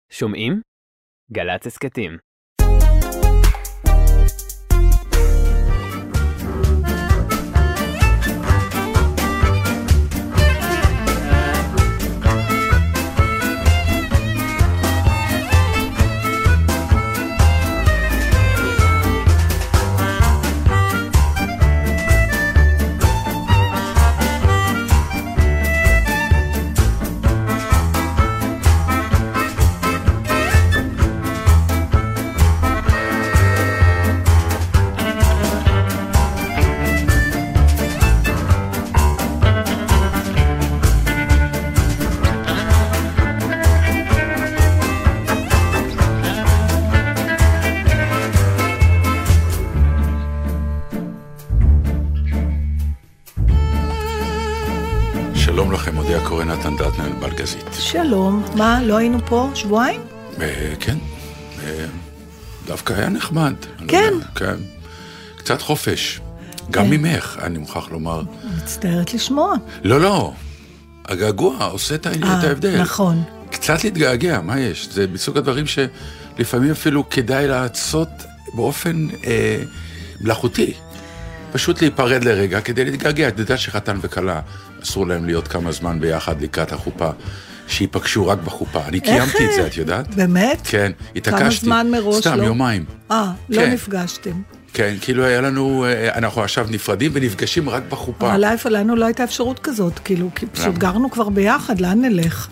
שומעים? גל"צ הסכתים. שלום לכם, מודיע קורא נתן דטנר בלגזית. שלום, מה, לא היינו פה שבועיים? כן, דווקא היה נחמד. כן? כן, קצת חופש, גם ממך, אני מוכרח לומר. מצטערת לשמוע. לא, הגעגוע עושה את ההבדל. נכון. קצת להתגעגע, מה יש? זה בסוג הדברים שלפעמים אפילו כדאי לעשות באופן מלאכותי. פשוט להיפרד לרגע כדי להתגעגע. את יודעת שחתן וקלה אסור להם להיות כמה זמן ביחד לקראת החופה, שיפגשו רק בחופה. אני קיימתי את זה, את יודעת? באמת? כן, התעקשתי. כמה זמן מראש? סתם, יומיים. לא נפגשתם. כן, כאילו היה לנו, אנחנו עכשיו נפרדים ונפגשים רק בחופה. אבל לנו לא הייתה אפשרות כזאת, כאילו, כי פשוט גרנו כבר ביחד, לאן נלך?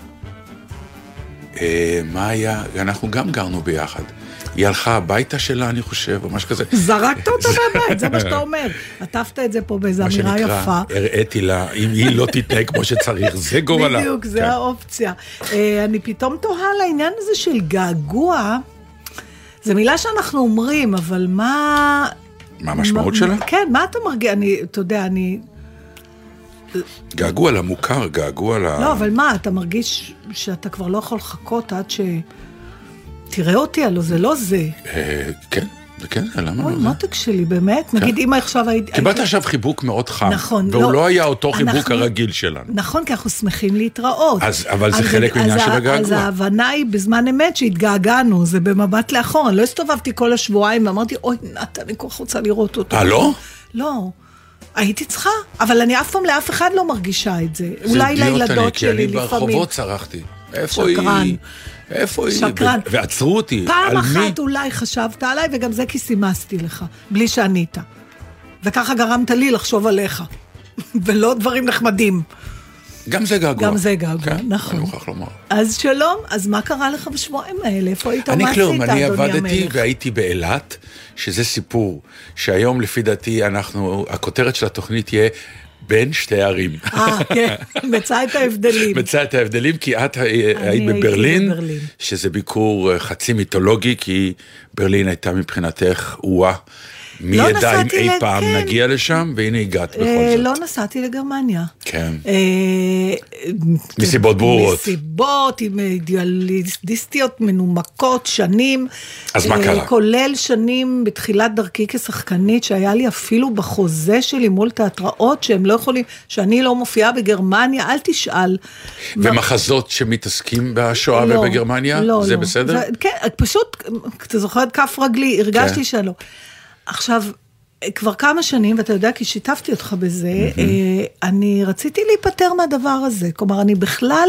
מה היה? אנחנו גם גרנו ביחד. היא הלכה הביתה שלה, אני חושב, או משהו כזה. זרקת אותה מהבית, זה מה שאתה אומר. עטפת את זה פה באיזו אמירה יפה. מה שנקרא, הראיתי לה, אם היא לא תתנהג כמו שצריך, זה גורלה. בדיוק, זה האופציה. אני פתאום תוהה לעניין הזה של געגוע, זו מילה שאנחנו אומרים, אבל מה... מה המשמעות שלה? כן, מה אתה מרגיע? אתה יודע, געגוע למוכר, געגוע ל... לא, אבל מה, אתה מרגיש שאתה כבר לא יכול לחכות עד ש... תראה אותי, הלוא זה לא זה. כן, זה כן, למה לא זה? אוי, מותק שלי, באמת? נגיד, אמא עכשיו... קיבלת עכשיו חיבוק מאוד חם. נכון. והוא לא היה אותו חיבוק הרגיל שלנו. נכון, כי אנחנו שמחים להתראות. אבל זה חלק מהעניין של הגעגוע. אז ההבנה היא בזמן אמת שהתגעגענו, זה במבט לאחור. אני לא הסתובבתי כל השבועיים ואמרתי, אוי, נתן, אני כל כך רוצה לראות אותו. לא? לא. הייתי צריכה, אבל אני אף פעם לאף אחד לא מרגישה את זה. אולי לילדות שלי לפעמים. כי אני ברחובות צרחתי. איפה היא? איפה היא? שקרן. ועצרו אותי. פעם אחת אולי חשבת עליי, וגם זה כי סימסתי לך, בלי שענית. וככה גרמת לי לחשוב עליך. ולא דברים נחמדים. גם זה געגוע. גם זה געגוע, כן, נכון. אני מוכרח לומר. אז שלום, אז מה קרה לך בשבועיים האלה? איפה היית? מה אני עשית, כלום, אני אדוני עבדתי המלך? והייתי באילת, שזה סיפור, שהיום לפי דעתי הכותרת של התוכנית תהיה בין שתי ערים. כן, מצא את ההבדלים. מצא את ההבדלים, כי את היית בברלין, שזה ביקור חצי מיתולוגי, כי ברלין הייתה מבחינתך מי ידע אם אי פעם נגיע לשם, והנה הגעת בכל זאת. לא נסעתי לגרמניה. כן. מסיבות ברורות. מסיבות, עם אידיאליסטיות מנומקות, שנים. אז מה קרה? כולל שנים בתחילת דרכי כשחקנית, שהיה לי אפילו בחוזה שלי מול תיאטראות, שהם לא יכולים, שאני לא מופיעה בגרמניה, אל תשאל. ומחזות שמתעסקים בשואה ובגרמניה? לא, זה בסדר? כן, פשוט, אתה זוכרת כף רגלי, הרגשתי שלא. עכשיו, כבר כמה שנים, ואתה יודע, כי שיתפתי אותך בזה, אני רציתי להיפטר מהדבר הזה. כלומר, אני בכלל,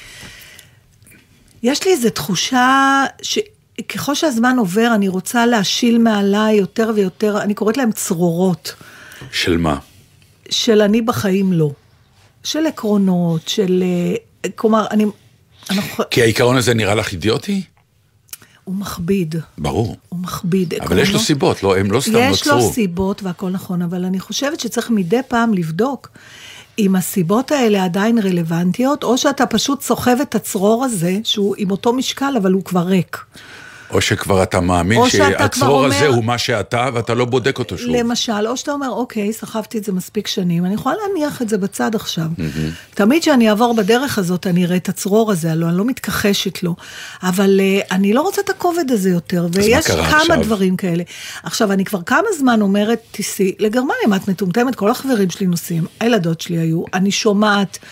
יש לי איזו תחושה שככל שהזמן עובר, אני רוצה להשיל מעליי יותר ויותר, אני קוראת להם צרורות. של מה? של אני בחיים לא. של עקרונות, של, כלומר, כי העיקרון הזה נראה לך אידיוטי? הוא מכביד. ברור. הוא מכביד. אבל יש לו סיבות, לא, הם לא סתם נוצרו. יש לו סיבות והכל נכון, אבל אני חושבת שצריך מדי פעם לבדוק אם הסיבות האלה עדיין רלוונטיות, או שאתה פשוט סוחב את הצרור הזה, שהוא עם אותו משקל, אבל הוא כבר ריק. או שכבר אתה מאמין שהצרור הזה הוא מה שאתה, ואתה לא בודק אותו שוב. למשל, או שאתה אומר, אוקיי, סחבתי את זה מספיק שנים, אני יכולה להניח את זה בצד עכשיו. תמיד שאני אעבור בדרך הזאת, אני אראה את הצרור הזה, אני לא מתכחשת לו, אבל אני לא רוצה את הכובד הזה יותר, ויש כמה דברים כאלה. עכשיו, אני כבר כמה זמן אומרת, תיסי לגרמניה, את מטומטמת, כל החברים שלי נוסעים, הילדות שלי היו, אני שומעת,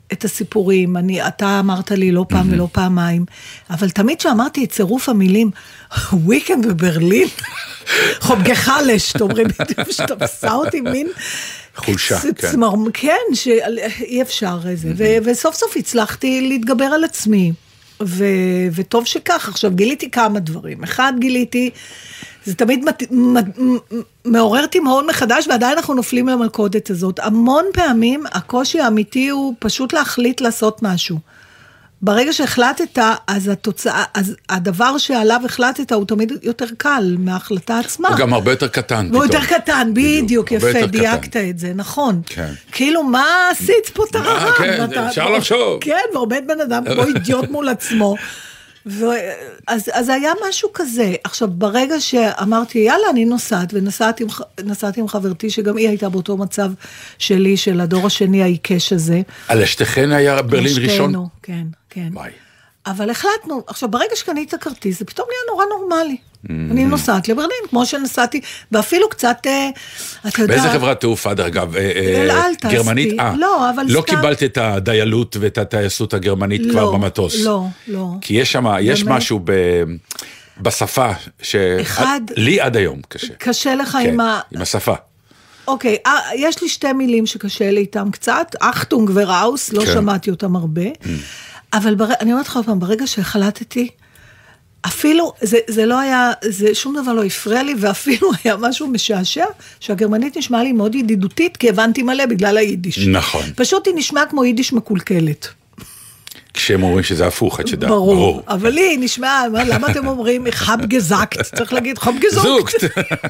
את הסיפורים, אתה אמרת לי לא פעם ולא פעמיים, אבל תמיד שאמרתי את צירוף המילים, וויקנד בברלין, חובגך לשת, אומרים בדיוק שאתה עשה אותי מין, חולשה, כן. כן, שאי אפשר איזה, וסוף סוף הצלחתי להתגבר על עצמי, וטוב שכך. עכשיו גיליתי כמה דברים, אחד גיליתי, זה תמיד מעורר תמהון מחדש, ועדיין אנחנו נופלים למלכודת הזאת. המון פעמים הקושי האמיתי הוא פשוט להחליט לעשות משהו. ברגע שהחלטת, אז התוצאה, אז הדבר שעליו החלטת הוא תמיד יותר קל מההחלטה עצמה. הוא גם הרבה יותר קטן. הוא יותר קטן, בדיוק, יפה, דייקת את זה, נכון. כאילו, מה עשית פה את הרעה? כן, אפשר לחשוב. כן, ועומד בן אדם כמו אידיוט מול עצמו. אז היה משהו כזה. עכשיו, ברגע שאמרתי, יאללה, אני נוסעת, ונסעתי עם חברתי, שגם היא הייתה באותו מצב שלי, של הדור השני העיקש הזה. על אשתכן היה ברלין ראשון? כן, כן. ביי. אבל החלטנו, עכשיו, ברגע שקניתי את הכרטיס, זה פתאום נהיה נורא נורמלי. אני נוסעת לברלין, כמו שנסעתי, ואפילו קצת, אתה יודע... באיזה חברת תעופה, דרך אגב? גרמנית? לא, אבל לא קיבלת את הדיילות ואת הטייסות הגרמנית כבר במטוס? לא. כי יש שם, יש משהו בשפה, לי עד היום קשה. קשה לך עם השפה. אוקיי, יש לי שתי מילים שקשה לי איתם קצת, אחטונג וראוס, לא שמעתי אותם הרבה, אבל אני אומרת לך פעם, ברגע שהחלטתי, אפילו, זה לא היה, שום דבר לא הפריע לי, ואפילו היה משהו משעשע, שהגרמנית נשמעה לי מאוד ידידותית, כי הבנתי מלא בגלל היידיש. נכון. פשוט היא נשמעה כמו יידיש מקולקלת. כשהם אומרים שזה הפוך, את שדע. ברור. אבל היא נשמעה, למה אתם אומרים, חב גזקט, צריך להגיד חב גזוקט.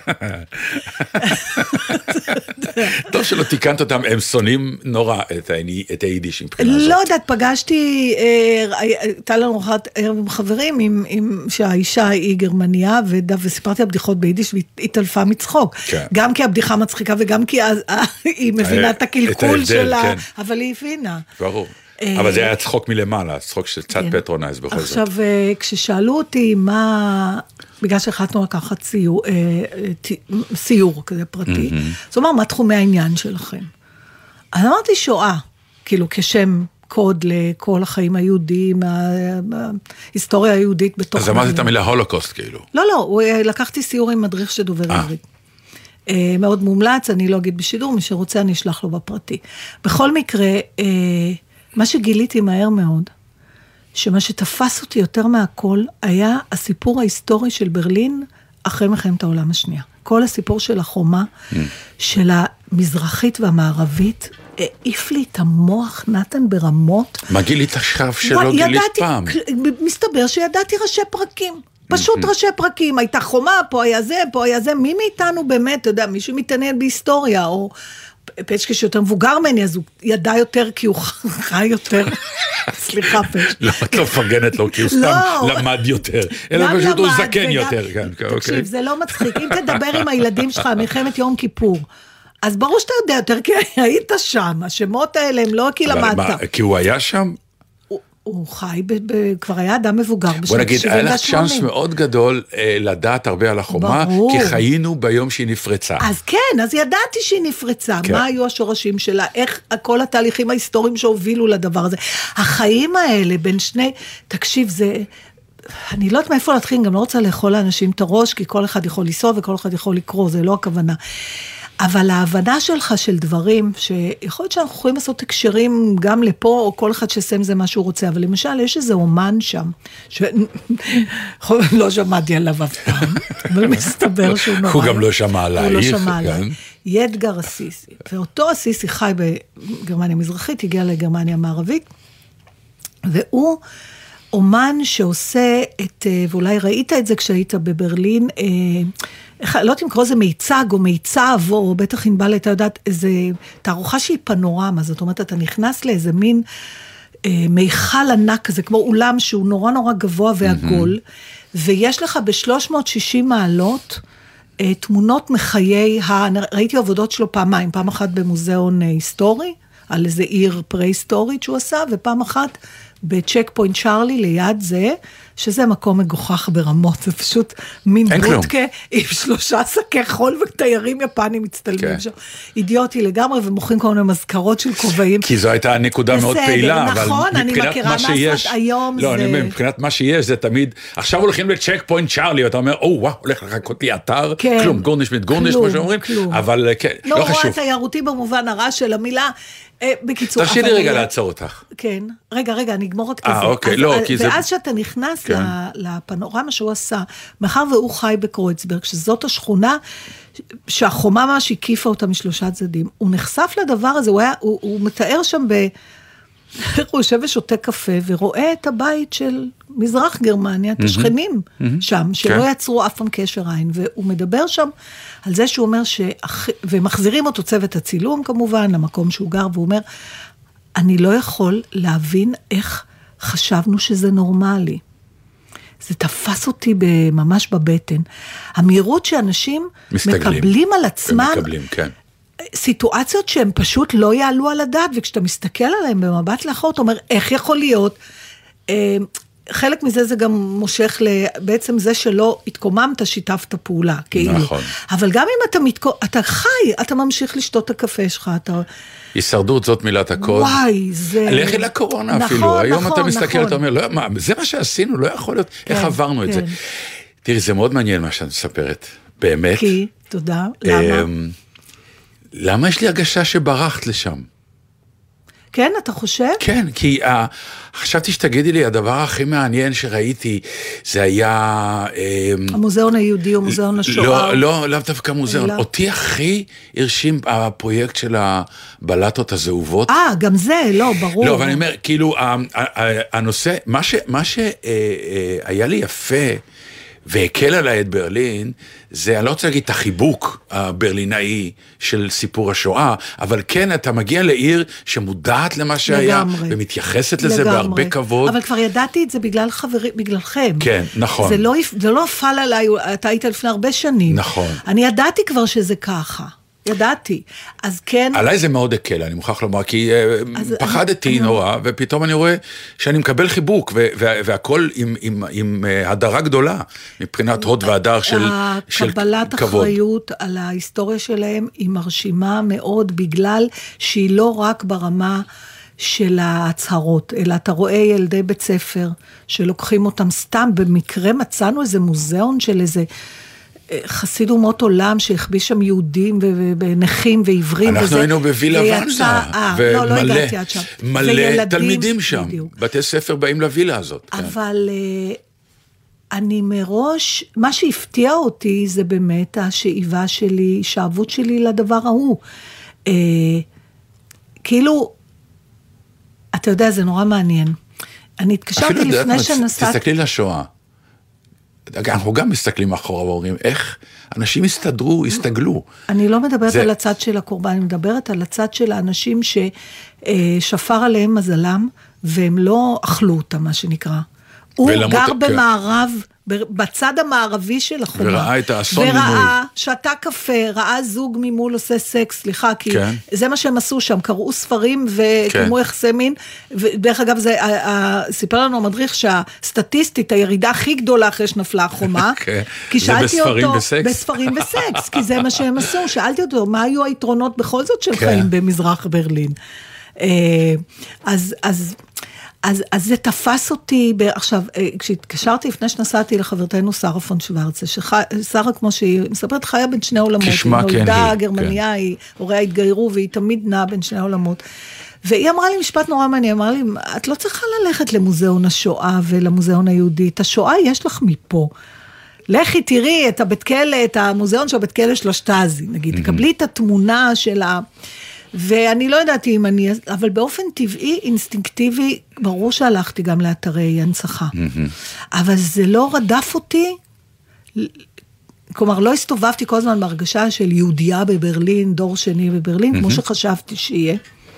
טוב שלא תיקנת אותם, הם שונאים נורא את היידיש מבחינה הזאת. לא יודעת, פגשתי, הייתה לנו אחת ערב עם חברים, שהאישה היא גרמניה, וסיפרתי הבדיחות ביידיש, והיא התעלפה מצחוק. גם כי הבדיחה מצחיקה, וגם כי היא מבינה את הקלקול שלה, אבל היא הבינה. ברור. אבל זה היה צחוק מלמעלה, צחוק של קצת פטרונייז בכל זאת. עכשיו, כששאלו אותי בגלל שהחלטנו לקחת סיור כזה פרטי, זאת אומרת, מה תחומי העניין שלכם? אז אמרתי שואה, כאילו כשם קוד לכל החיים היהודיים, ההיסטוריה היהודית בתוך... אז אמרתי את המילה הולוקוסט, כאילו. לא, לקחתי סיור עם מדריך שדובר עברית. מאוד מומלץ, אני לא אגיד בשידור, מי שרוצה אני אשלח לו בפרטי. בכל מקרה, מה שגיליתי מהר מאוד, שמה שתפס אותי יותר מהכל, היה הסיפור ההיסטורי של ברלין, אחרי מלחמת העולם השנייה. כל הסיפור של החומה, של המזרחית והמערבית, העיף לי את המוח, נתן ברמות. מה גילית עכשיו שלא גילית פעם? מסתבר שידעתי ראשי פרקים. פשוט ראשי פרקים, הייתה חומה, פה היה זה, מי מאיתנו באמת, אתה יודע, מישהו מתעניין בהיסטוריה, או פצ'קה שיותר מבוגר ממני, אז הוא ידע יותר כי הוא חי יותר. סליחה, פצ'קה. לא, את לא מפרגנת לו, כי הוא סתם למד יותר. אלא פשוט הוא זקן יותר. תקשיב, זה לא מצחיק. אם תדבר עם הילדים שלך, מלחמת יום כיפור, אז ברור שאתה יודע יותר, כי היית שם. השמות האלה הם לא כי למדת. כי הוא היה שם? הוא חי, כבר היה אדם מבוגר בשנת 78. בוא נגיד, היה לך צ'אנס מאוד גדול לדעת הרבה על החומה, כי חיינו ביום שהיא נפרצה. אז כן, אז ידעתי שהיא נפרצה, מה היו השורשים שלה, איך כל התהליכים ההיסטוריים שהובילו לדבר הזה. החיים האלה בין שני, תקשיב, זה... אני לא יודעת מאיפה להתחיל, גם לא רוצה לאכול לאנשים את הראש, כי כל אחד יכול לנסוע וכל אחד יכול לקרוא, זה לא הכוונה. אבל ההבנה שלך של דברים, שיכול להיות שאנחנו יכולים לעשות הקשרים גם לפה, או כל אחד שסם זה מה שהוא רוצה, אבל למשל, יש איזה אומן שם, לא שמעתי עליו אף פעם, אבל מסתבר שהוא נורא. הוא גם לא שמע עלייך. הוא לא שמע עליי. ידגר אסיסי, ואותו אסיסי חי בגרמניה המזרחית, הגיע לגרמניה המערבית, והוא אומן שעושה ואולי ראית את זה כשהיית בברלין, לא יודעת אם קורא זה מיצג או מיצב, או בטח ענבל אתה יודעת, איזה תערוכה שהיא פנורמה, זאת אומרת, אתה נכנס לאיזה מין מיכל ענק כזה, כמו אולם שהוא נורא נורא גבוה ועגול, ויש לך ב-360 מעלות תמונות מחיי, ראיתי עבודות שלו פעמיים, פעם אחת במוזיאון היסטורי, על איזה עיר פרה-היסטורית שהוא עשה, ופעם אחת בצ'ק פוינט צ'רלי ליד זה, שזה מקום מגוחך ברמות, זה פשוט מין בודקה עם 3 שקי חול ותיירים יפנים מצטלמים שם. אידיוטי לגמרי, ומוכרים כל מיני מזכרות של כובעים. כי זו הייתה נקודה מאוד פעילה, אבל נכון, אני מכירה מהסרט היום. לא, אני אומר, מבחינת מה שיש, זה תמיד, עכשיו הולכים לצ'ק פוינט צ'רלי, ואתה אומר, וואו, הולך לחכות לי אתר, כלום, גורניש מתגורניש, מה שאומרים, אבל לא חשוב. לא, תיירותי במובן הרע של המילה, בקיצור. תרשי לי רגע לעצור אותך. כן, רגע, אני אגמור רק את זה. אוקיי, לא, כי זה... ואז שאתה נכנס לפנורמה שהוא עשה, מאחר והוא חי בקרויצברג, שזאת השכונה שהחומה ממש הקיפה אותה משלושה צדדים, הוא נחשף לדבר הזה, הוא מתאר שם הוא יושב ושותה קפה, ורואה את הבית של מזרח גרמניה, את השכנים שם, שלא יצרו אף פעם קשר עין, והוא מדבר שם על זה שהוא אומר, ומחזירים אותו צוות הצילום כמובן, למקום שהוא גר, והוא אומר, אני לא יכול להבין איך חשבנו שזה נורמלי. זה תפס אותי ממש בבטן. המהירות שאנשים מקבלים על עצמם, סיטואציות שהן פשוט לא יעלו על הדעת, וכשאתה מסתכל עליהן במבט לאחור, אתה אומר, איך יכול להיות? חלק מזה זה גם מושך בעצם זה שלא התקוממת, שיתפת פעולה, כאילו. נכון. אבל גם אם אתה חי, אתה ממשיך לשתות את הקפה שלך, הישרדות זאת מילת הקוד. וואי, זה... לכי לקורונה אפילו. היום אתה מסתכל, אתה אומר, זה מה שעשינו, לא יכול להיות, איך עברנו את זה. תראי, זה מאוד מעניין מה שאת מספרת, באמת. כי, תודה, למה? למה יש לי הרגשה שברחת לשם? כן, אתה חושב? כן, כי חשבתי שתגידי לי, הדבר הכי מעניין שראיתי, זה היה... המוזיאון היהודי או מוזיאון השואה? לא דווקא מוזיאון. אותי הכי הרשים הפרויקט של הבלטות הזהובות. גם זה, לא, ברור. לא, אבל אני אומר, כאילו, הנושא, מה שהיה לי יפה, והקל עליי את ברלין, זה, אני לא רוצה להגיד את החיבוק הברלינאי של סיפור השואה, אבל כן, אתה מגיע לעיר שמודעת למה שהיה, ומתייחסת לזה בהרבה כבוד. אבל כבר ידעתי את זה בגללכם. כן, נכון. זה לא נפל עליי, אתה היית לפני הרבה שנים. נכון. אני ידעתי כבר שזה ככה. ידעתי, אז כן... עליי זה מאוד הקל, אני מוכרח לומר, כי פחדתי נורא, ופתאום אני רואה שאני מקבל חיבוק, והכל עם הדרה גדולה, מבחינת הוד והדר של כבוד. קבלת אחריות על ההיסטוריה שלהם היא מרשימה מאוד, בגלל שהיא לא רק ברמה של ההצהרות, אלא אתה רואה ילדי בית ספר, שלוקחים אותם סתם, במקרה מצאנו איזה מוזיאון של איזה... חסיד אומות עולם שהכביש שם יהודים ונכים ועברים. אנחנו היינו בווילה ונזה, ומלא תלמידים שם, בתי ספר באים לווילה הזאת. אבל אני מראש, מה שהפתיע אותי זה באמת השאיבה שלי, שאבות שלי לדבר ההוא. כאילו, אתה יודע, זה נורא מעניין. אני התקשרתי לפני שנסעת... תסתכלי לשואה. אנחנו גם מסתכלים אחורה ואומרים, איך אנשים הסתגלו. אני לא מדברת על הצד של הקורבן, אני מדברת על הצד של האנשים ששפר עליהם מזלם, והם לא אכלו אותם, מה שנקרא. הוא גר במערב, בצד המערבי של החומה. וראה את האסון ממול. וראה, שתה קפה, ראה זוג ממול עושה סקס, סליחה, כי זה מה שהם עשו שם, קראו ספרים וקיימו יחסי מין, ודרך אגב, סיפר לנו המדריך שהסטטיסטית, הירידה הכי גדולה אחרי שנפלה החומה, כי שאלתי אותו, בספרים וסקס, כי זה מה שהם עשו, שאלתי אותו, מה היו היתרונות בכל זאת של חיים במזרח ברלין? אז זה תפס אותי, עכשיו, כשהתקשרתי לפני שנסעתי לחברתנו שרה פון שוורצה, שרה כמו שהיא מספרת חיה בין שני עולמות, היא נולדה גרמניה, הוריה התגיירו, והיא תמיד נעה בין שני עולמות, והיא אמרה לי משפט נורא מעניין, אמרה לי, את לא צריכה ללכת למוזיאון השואה ולמוזיאון היהודי, את השואה יש לך מפה, לכי תראי את הבית כלא, את המוזיאון של הבית כלא של השטאזי, נגיד, תקבלי את התמונה של ואני לא ידעתי אם אני, אבל באופן טבעי, אינסטינקטיבי, ברור שהלכתי גם לאתרי הנצחה. אבל זה לא רדף אותי, כלומר, לא הסתובבתי כל הזמן בהרגשה של יהודיה בברלין, דור שני בברלין, כמו שחשבתי שיהיה.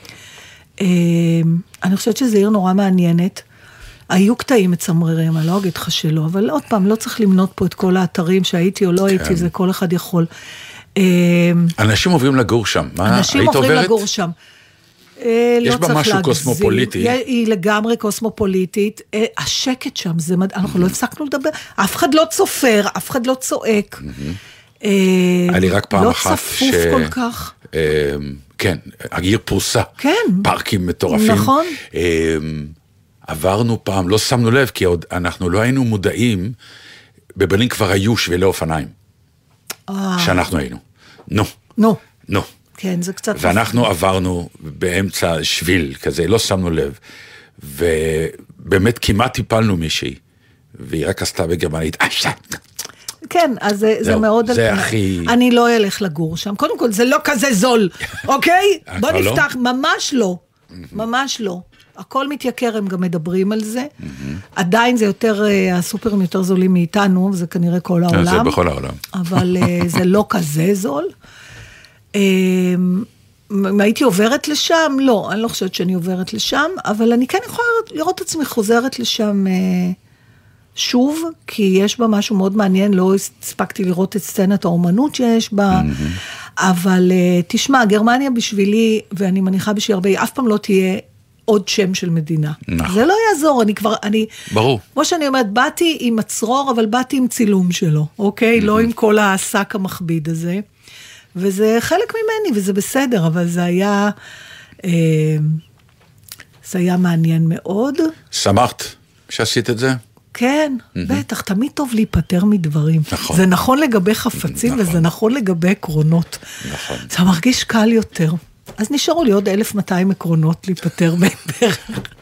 אני חושבת שזה עיר נורא מעניינת. היו קטעים מצמררים, אני לא אגיד לך שלא, אבל עוד פעם, לא צריך למנות פה את כל האתרים שהייתי או לא הייתי, זה כל אחד יכול. אנשים עוברים לגור שם. אנשים עוברים לגור שם. יש בה משהו קוסמופוליטי. היא לגמרי קוסמופוליטית. השקט שם, אנחנו לא הפסקנו לדבר. אף אחד לא צופר, אף אחד לא צועק. היה לי רק פעם אחת לא צפוף כל כך. כן, הגיר פרוסה. כן. פארקים מטורפים. נכון. עברנו פעם, לא שמנו לב, כי עוד אנחנו לא היינו מודעים, בברלין כבר היו שבילי אופניים. שאנחנו היינו. נו. כן, זה קצת... ואנחנו עברנו באמצע שביל כזה, לא שמנו לב. ובאמת כמעט טיפלנו מישהי, והיא רק עשתה בגרמנית, כן, אז זה מאוד... זה הכי... אני לא אלך לגור שם. קודם כל, זה לא כזה זול, אוקיי? בוא נפתח, ממש לא. ממש לא. הכל מתייקר, הם גם מדברים על זה. עדיין זה יותר, הסופרים יותר זולים מאיתנו, וזה כנראה כל העולם. זה בכל העולם. אבל זה לא כזה זול. אם הייתי עוברת לשם, לא, אני לא חושבת שאני עוברת לשם, אבל אני כן יכולה לראות את עצמי חוזרת לשם שוב, כי יש בה משהו מאוד מעניין, לא הספקתי לראות את סצנת האומנות שיש בה, אבל תשמע, גרמניה בשבילי, ואני מניחה בשביל הרבה, אף פעם לא תהיה עוד שם של מדינה. זה לא יעזור, ברור. כמו שאני אומרת, באתי עם הצרור, אבל באתי עם צילום שלו, אוקיי? לא עם כל העסק המכביד הזה. וזה חלק ממני, וזה בסדר, אבל זה היה מעניין מאוד. שמחת שעשית את זה? כן, בטח, תמיד טוב להיפטר מדברים. נכון. זה נכון לגבי חפצים, וזה נכון לגבי עקרונות. נכון. זה מרגיש קל יותר. אז נשארו לי עוד 1200 עקרונות להיפטר בערך.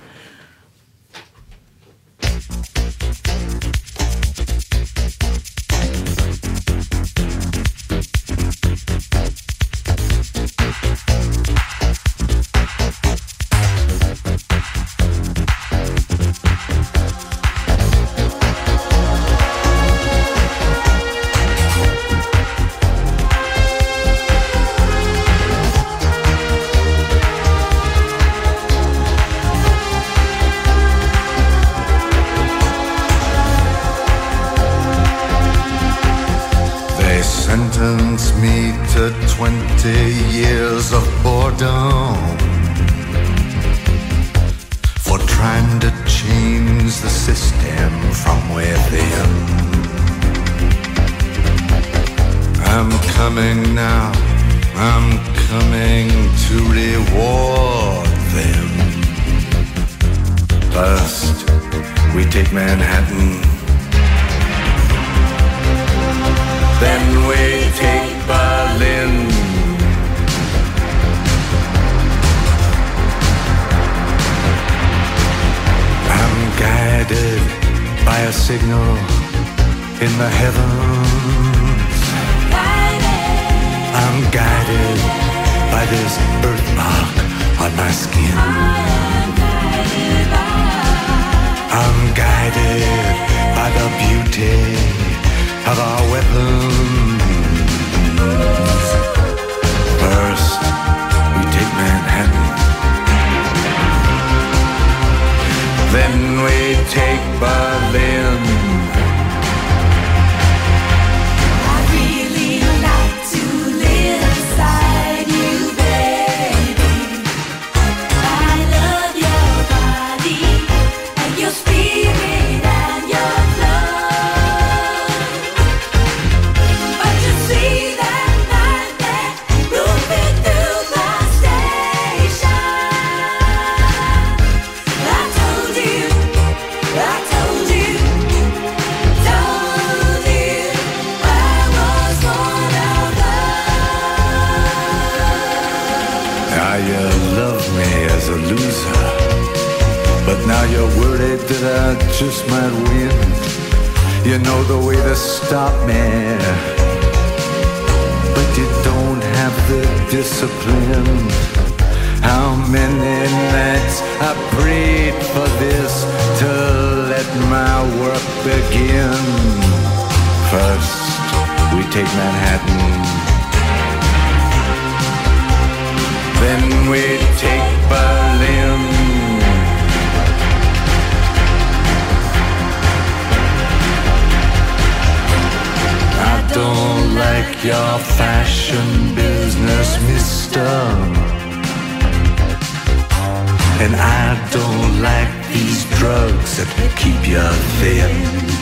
Sentence me to 20 years of boredom for trying to change the system from within. I'm coming now, I'm coming to reward them. First, we take Manhattan. Then we take Berlin. I'm guided by a signal in the heavens. I'm guided by this birthmark on my skin. I'm guided by the beauty of our weapons. First, we take Manhattan. Then we take Berlin. I really like to live inside you, baby. I love your body and your spirit and your blood. But you see that night that moving through the station, I told you I was one of us. Now you love me as a loser, but now you're worried that I just might win. You know the way to stop me, but you don't have the discipline. How many nights I prayed for this to let my work begin. First, we take Manhattan. Then we take Berlin. I don't like your fashion business, mister. And I don't like these drugs that keep you thin.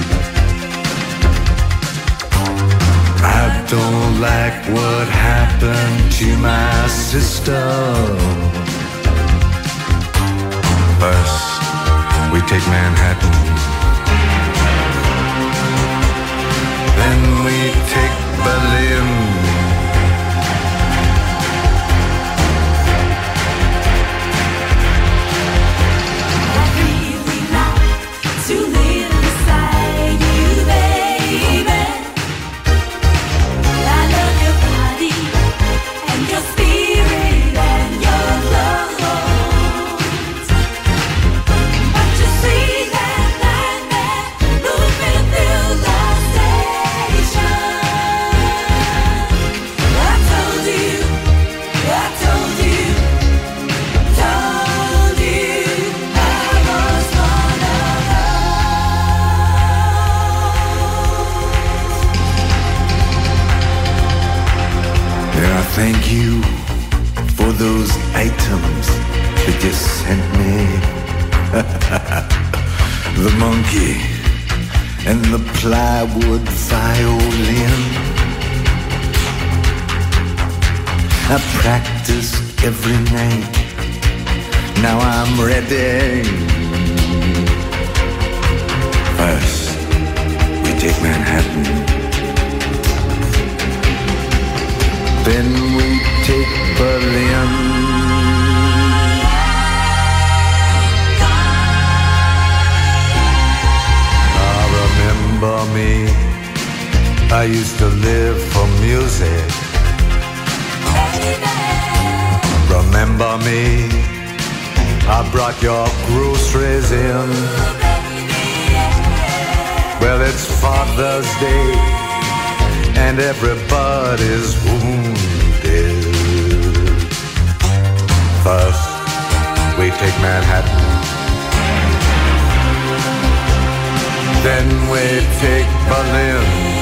I don't like what happened to my sister. First, we take Manhattan. Then we take Berlin. I really like to live beside you, baby. I love your body and your spirit and your clothes. But you see that man moving through the station. I told you I was one of those. Yeah, thank you for those items that you sent me. The monkey and the plywood violin. I practiced every night. Now I'm ready. First, we take Manhattan. Then we take Berlin. Remember me, I used to live for music. Remember me, I brought your groceries in. Well, it's Father's Day and everybody's wounded. First, we take Manhattan. Then we take Berlin.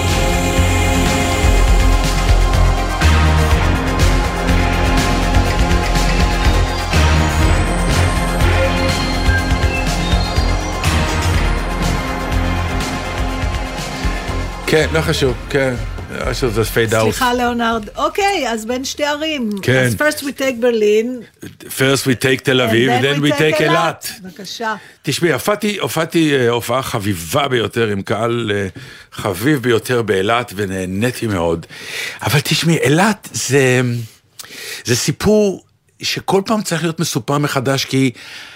כן, לא חשוב, כן. חשוב, זה פייד אאוט. סליחה, ליאונרד. אוקיי, אז בין שתי ערים. כן. אז first we take ברלין. First we take תל אביב, then we take אילת. בבקשה. תשמעי, הופעתי הופעה חביבה ביותר עם קהל חביב ביותר באילת, ונהניתי מאוד. אבל תשמעי, אילת זה סיפור שכל פעם צריך להיות מסופר מחדש, כי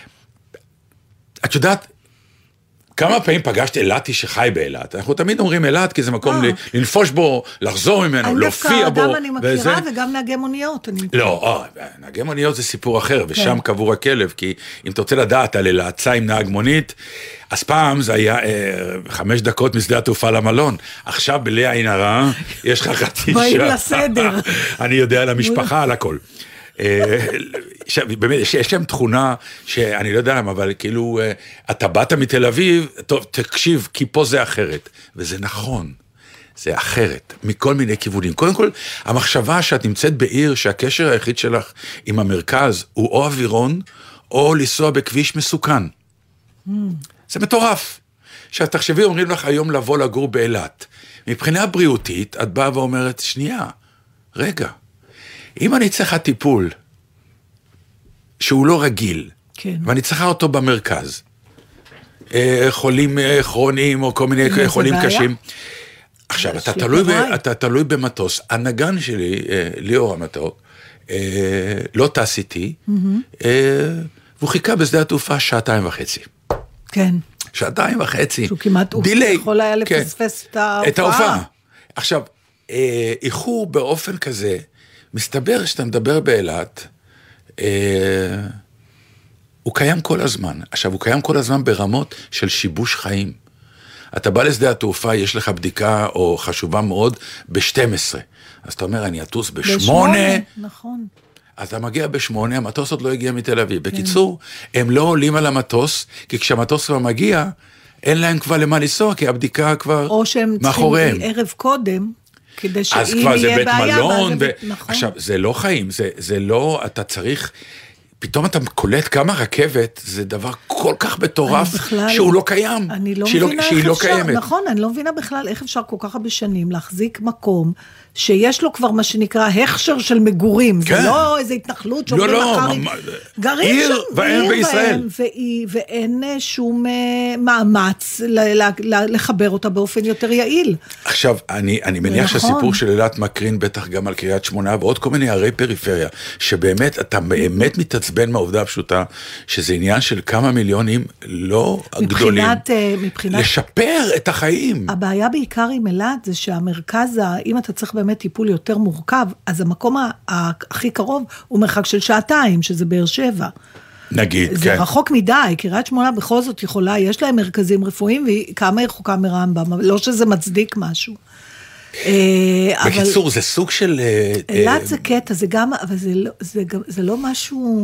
את יודעת, כמה פעמים פגשת אילתי שחי באילת? אנחנו תמיד אומרים אילת, כי זה מקום לנפוש בו, לחזור ממנו, להופיע בו. אדם אני מכירה וגם נהגי מוניות. לא, נהגי מוניות זה סיפור אחר, ושם קבור הכלב, כי אם אתה רוצה לדעת על אילצה עם נהג מונית, אז פעם זה היה 5 דקות משדה התעופה למלון. עכשיו בלי עין הרע, יש לך חצי שעה. באים לסדר. אני יודע על המשפחה, על הכל. באמת, יש להם תכונה שאני לא יודע להם, אבל כאילו, אתה באת מתל אביב, טוב, תקשיב, כי פה זה אחרת. וזה נכון, זה אחרת, מכל מיני כיוונים. קודם כל, המחשבה שאת נמצאת בעיר, שהקשר היחיד שלך עם המרכז, הוא או אווירון, או לנסוע בכביש מסוכן. זה מטורף. שאת תחשבי, אומרים לך היום לבוא לגור באילת. מבחינה בריאותית, את באה ואומרת, שנייה, רגע, אם אני צריכה טיפול שהוא לא רגיל, כן. ואני צריכה אותו במרכז, חולים כרוניים או כל מיני חולים קשים, עכשיו, אתה תלוי במטוס. הנגן שלי, ליאור המתוק, לא טס איתי, והוא חיכה בשדה התעופה 2.5 שעות. כן. 2.5 שעות. שהוא כמעט יכול היה לפספס את ההופעה. עכשיו, איחור באופן כזה, מסתבר שאתה מדבר באילת, הוא קיים כל הזמן. עכשיו, הוא קיים כל הזמן ברמות של שיבוש חיים. אתה בא לשדה התעופה, יש לך בדיקה או חשובה מאוד ב-12. אז אתה אומר, אני אטוס ב-8. נכון. אז אתה מגיע ב-8, המטוס עוד לא הגיע מתל אביב. כן. בקיצור, הם לא עולים על המטוס, כי כשהמטוס כבר מגיע, אין להם כבר למה לנסוע, כי הבדיקה כבר מאחוריהם. או שהם צריכים ערב קודם, כדי שאם יהיה בעיה, מלון, נכון. עכשיו, זה לא חיים, זה לא, אתה צריך פתאום אתה קולט כמה רכבת, זה דבר כל כך מטורף, שהוא לא קיים, שהיא לא קיימת. נכון, אני לא מבינה בכלל איך אפשר כל כך הרבה שנים להחזיק מקום, שיש לו כבר מה שנקרא הכשר של מגורים, זה לא איזו התנחלות שאומרים אחרי, עיר ואין בישראל. ואין שום מאמץ לחבר אותה באופן יותר יעיל. עכשיו, אני מניח שהסיפור של אילת מקרין בטח גם על קריית שמונה, ועוד כל מיני ערי פריפריה, שבאמת, אתה באמת מתעצבן מהעובדה הפשוטה, שזה עניין של כמה מיליונים לא הגדולים, לשפר את החיים. הבעיה בעיקר עם אילת, זה שהמרכז, אם אתה צריך באמת טיפול יותר מורכב, אז המקום הכי קרוב, הוא מרחק של 2 שעות, שזה באר שבע. נגיד, זה רחוק מדי, קריית שמונה בכל זאת יכולה, יש להם מרכזים רפואיים, והיא כמה רחוקה מרמב"ם, לא שזה מצדיק משהו. בקיצור, זה סוג של... אילת זה קטע, זה גם, אבל זה לא משהו...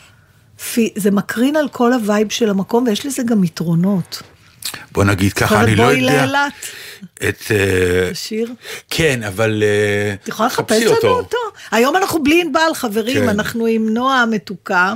זה מקרין על כל הווייב של המקום, ויש לזה גם יתרונות. בוא נגיד ככה, אני לא יודע... בואי לאילת. את... השיר? כן, אבל... אתה יכול לחפש לנו אותו? היום אנחנו בלי ענבל, חברים, אנחנו עם נועה המתוקה.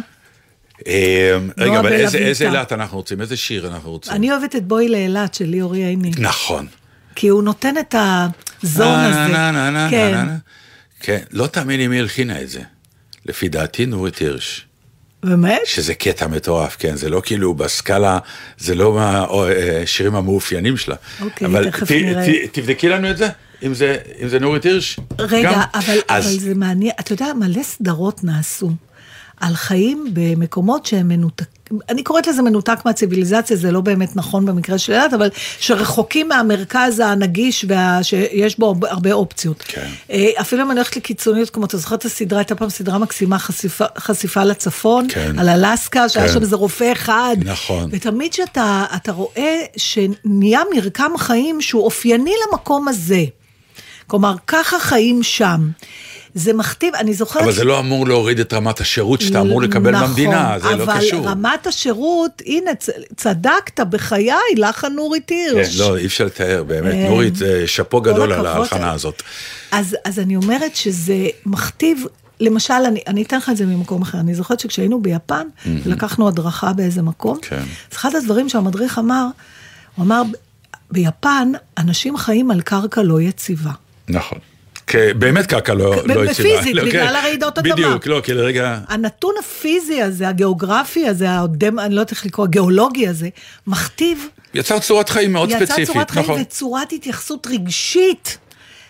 רגע, אבל איזה אילת אנחנו רוצים? איזה שיר אנחנו רוצים? אני אוהבת את בואי לאילת של ליאור עיני. נכון. כי הוא נותן את הזון הזה. כן. כן, לא תאמיני מי הלחינה את זה. לפי דעתי נורית הירש. באמת? שזה קטע מטורף, כן, זה לא כאילו בסקאלה, זה לא מהשירים המאופיינים שלה. אוקיי, תכף נראה. תבדקי לנו את זה, אם זה נורית הירש. רגע, אבל זה מעניין, אתה יודע, מלא סדרות נעשו. על חיים במקומות שהם מנותקים, אני קוראת לזה מנותק מהציביליזציה, זה לא באמת נכון במקרה של אילת, אבל שרחוקים מהמרכז הנגיש, שיש בו הרבה אופציות. כן. אפילו אם אני הולכת לקיצוניות, כמו אתה זוכרת הסדרה, הייתה פעם סדרה מקסימה, חשיפה לצפון, כן. על אלסקה, שהיה כן. שם איזה רופא אחד. נכון. ותמיד שאתה רואה שנהיה מרקם חיים שהוא אופייני למקום הזה. כלומר, ככה חיים שם. זה מכתיב, אני זוכרת... אבל זה לא אמור להוריד את רמת השירות שאתה אמור לקבל במדינה, זה לא קשור. אבל רמת השירות, הנה, צדקת בחיי, לך נורית הירש. כן, לא, אי אפשר לתאר, באמת, נורית, שאפו גדול על ההלחנה הזאת. אז אני אומרת שזה מכתיב, למשל, אני אתן לך את זה ממקום אחר, אני זוכרת שכשהיינו ביפן, לקחנו הדרכה באיזה מקום, אז אחד הדברים שהמדריך אמר, הוא אמר, ביפן, אנשים חיים על קרקע לא יציבה. נכון. באמת קרקע לא יציבה. פיזית, בגלל הרעידות אדמה. בדיוק, לא, כי לרגע... הנתון הפיזי הזה, הגיאוגרפי הזה, אני לא יודעת לקרוא, הגיאולוגי הזה, מכתיב... יצר צורת חיים מאוד ספציפית. יצר צורת חיים וצורת התייחסות רגשית,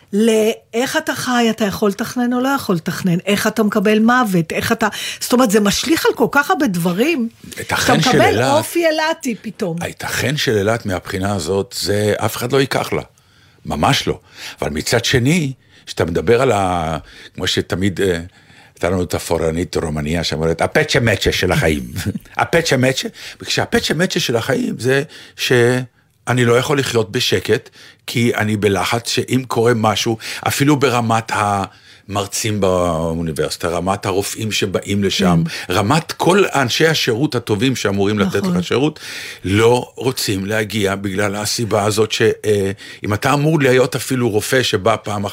לאיך אתה חי, אתה יכול לתכנן או לא יכול לתכנן, איך אתה מקבל מוות, איך אתה... זאת אומרת, זה משליך על כל כך הרבה דברים, אתה מקבל אופי אילתי פתאום. הייתכן של אילת מהבחינה הזאת, זה אף אחד לא ייקח לה. ממש לא. אבל מצד שני... שאתה מדבר על כמו שתמיד, הייתה לנו את הפורנית רומניה, שאומרת, הפצ'ה מצ'ה של החיים. הפצ'ה מצ'ה, וכשהפצ'ה מצ'ה של החיים, זה שאני לא יכול לחיות בשקט, כי אני בלחץ שאם קורה משהו, אפילו ברמת המרצים באוניברסיטה, רמת הרופאים שבאים לשם, רמת כל אנשי השירות הטובים שאמורים לתת לך שירות, לא רוצים להגיע בגלל הסיבה הזאת, שאם אתה אמור להיות אפילו רופא שבא